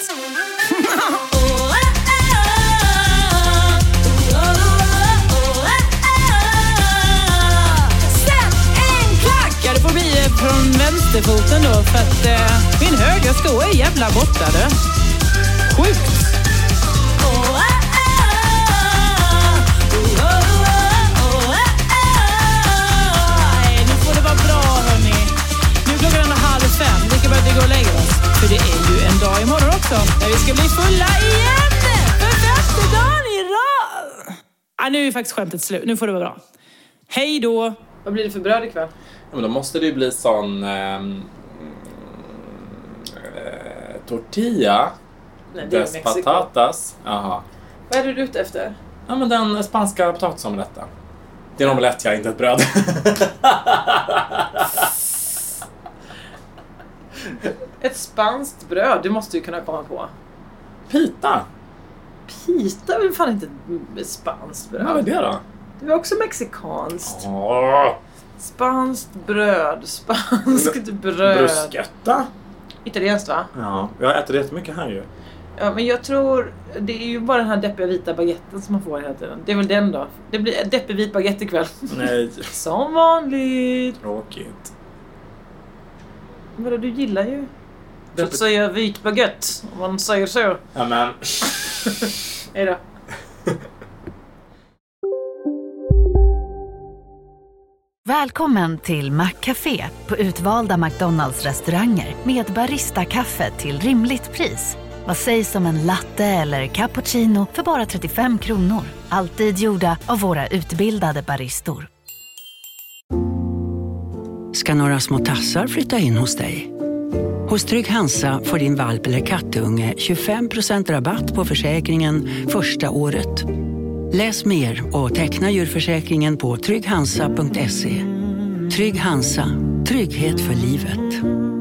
Det får bli från vänsterfoten då, för att eh, min högra sko är jävla borta du. Sjukt. Nej, nu får det vara bra hörni. Nu klockan är halv fem, det kan bara att vi går och lägger oss. För det är ju en dag imorgon också, där vi ska bli fulla igen. För femte dagen i rad. Ah, nu är faktiskt skämtet slut, nu får det vara bra. Hej då. Vad blir det för bröd ikväll? Ja, men då måste det ju bli sån ähm, äh, tortilla. Nej, det är des patatas. Jaha. Vad är du ute efter? Ja, men den spanska potatisomeletten. Det är en omelett, jag, inte ett bröd. Ett spanskt bröd, det måste du kunna komma på. Pita. Pita är väl fan inte ett spanskt bröd. Vad är det då? Det är också mexikanskt. Åh. Spanskt bröd, spanskt bröd. Bruschetta? Italienskt va? Ja, jag äter det jättemycket här ju. Ja, men jag tror, det är ju bara den här deppiga vita baguetten som man får hela tiden. Det är väl den då. Det blir deppig vit baguette ikväll. Nej. Som vanligt. Tråkigt. Vadå, du gillar ju så att säga vit baguette, om man säger så. Ja, men. Hej då. Välkommen till Maccafé på utvalda McDonalds restauranger med Barista-kaffe till rimligt pris. Vad sägs om en latte eller cappuccino för bara trettiofem kronor? Alltid gjorda av våra utbildade baristor. Ska några små tassar flytta in hos dig? Hos Trygg Hansa får din valp eller kattunge tjugofem procent rabatt på försäkringen första året. Läs mer och teckna djurförsäkringen på trygg hansa punkt se. Trygg Hansa, trygghet för livet.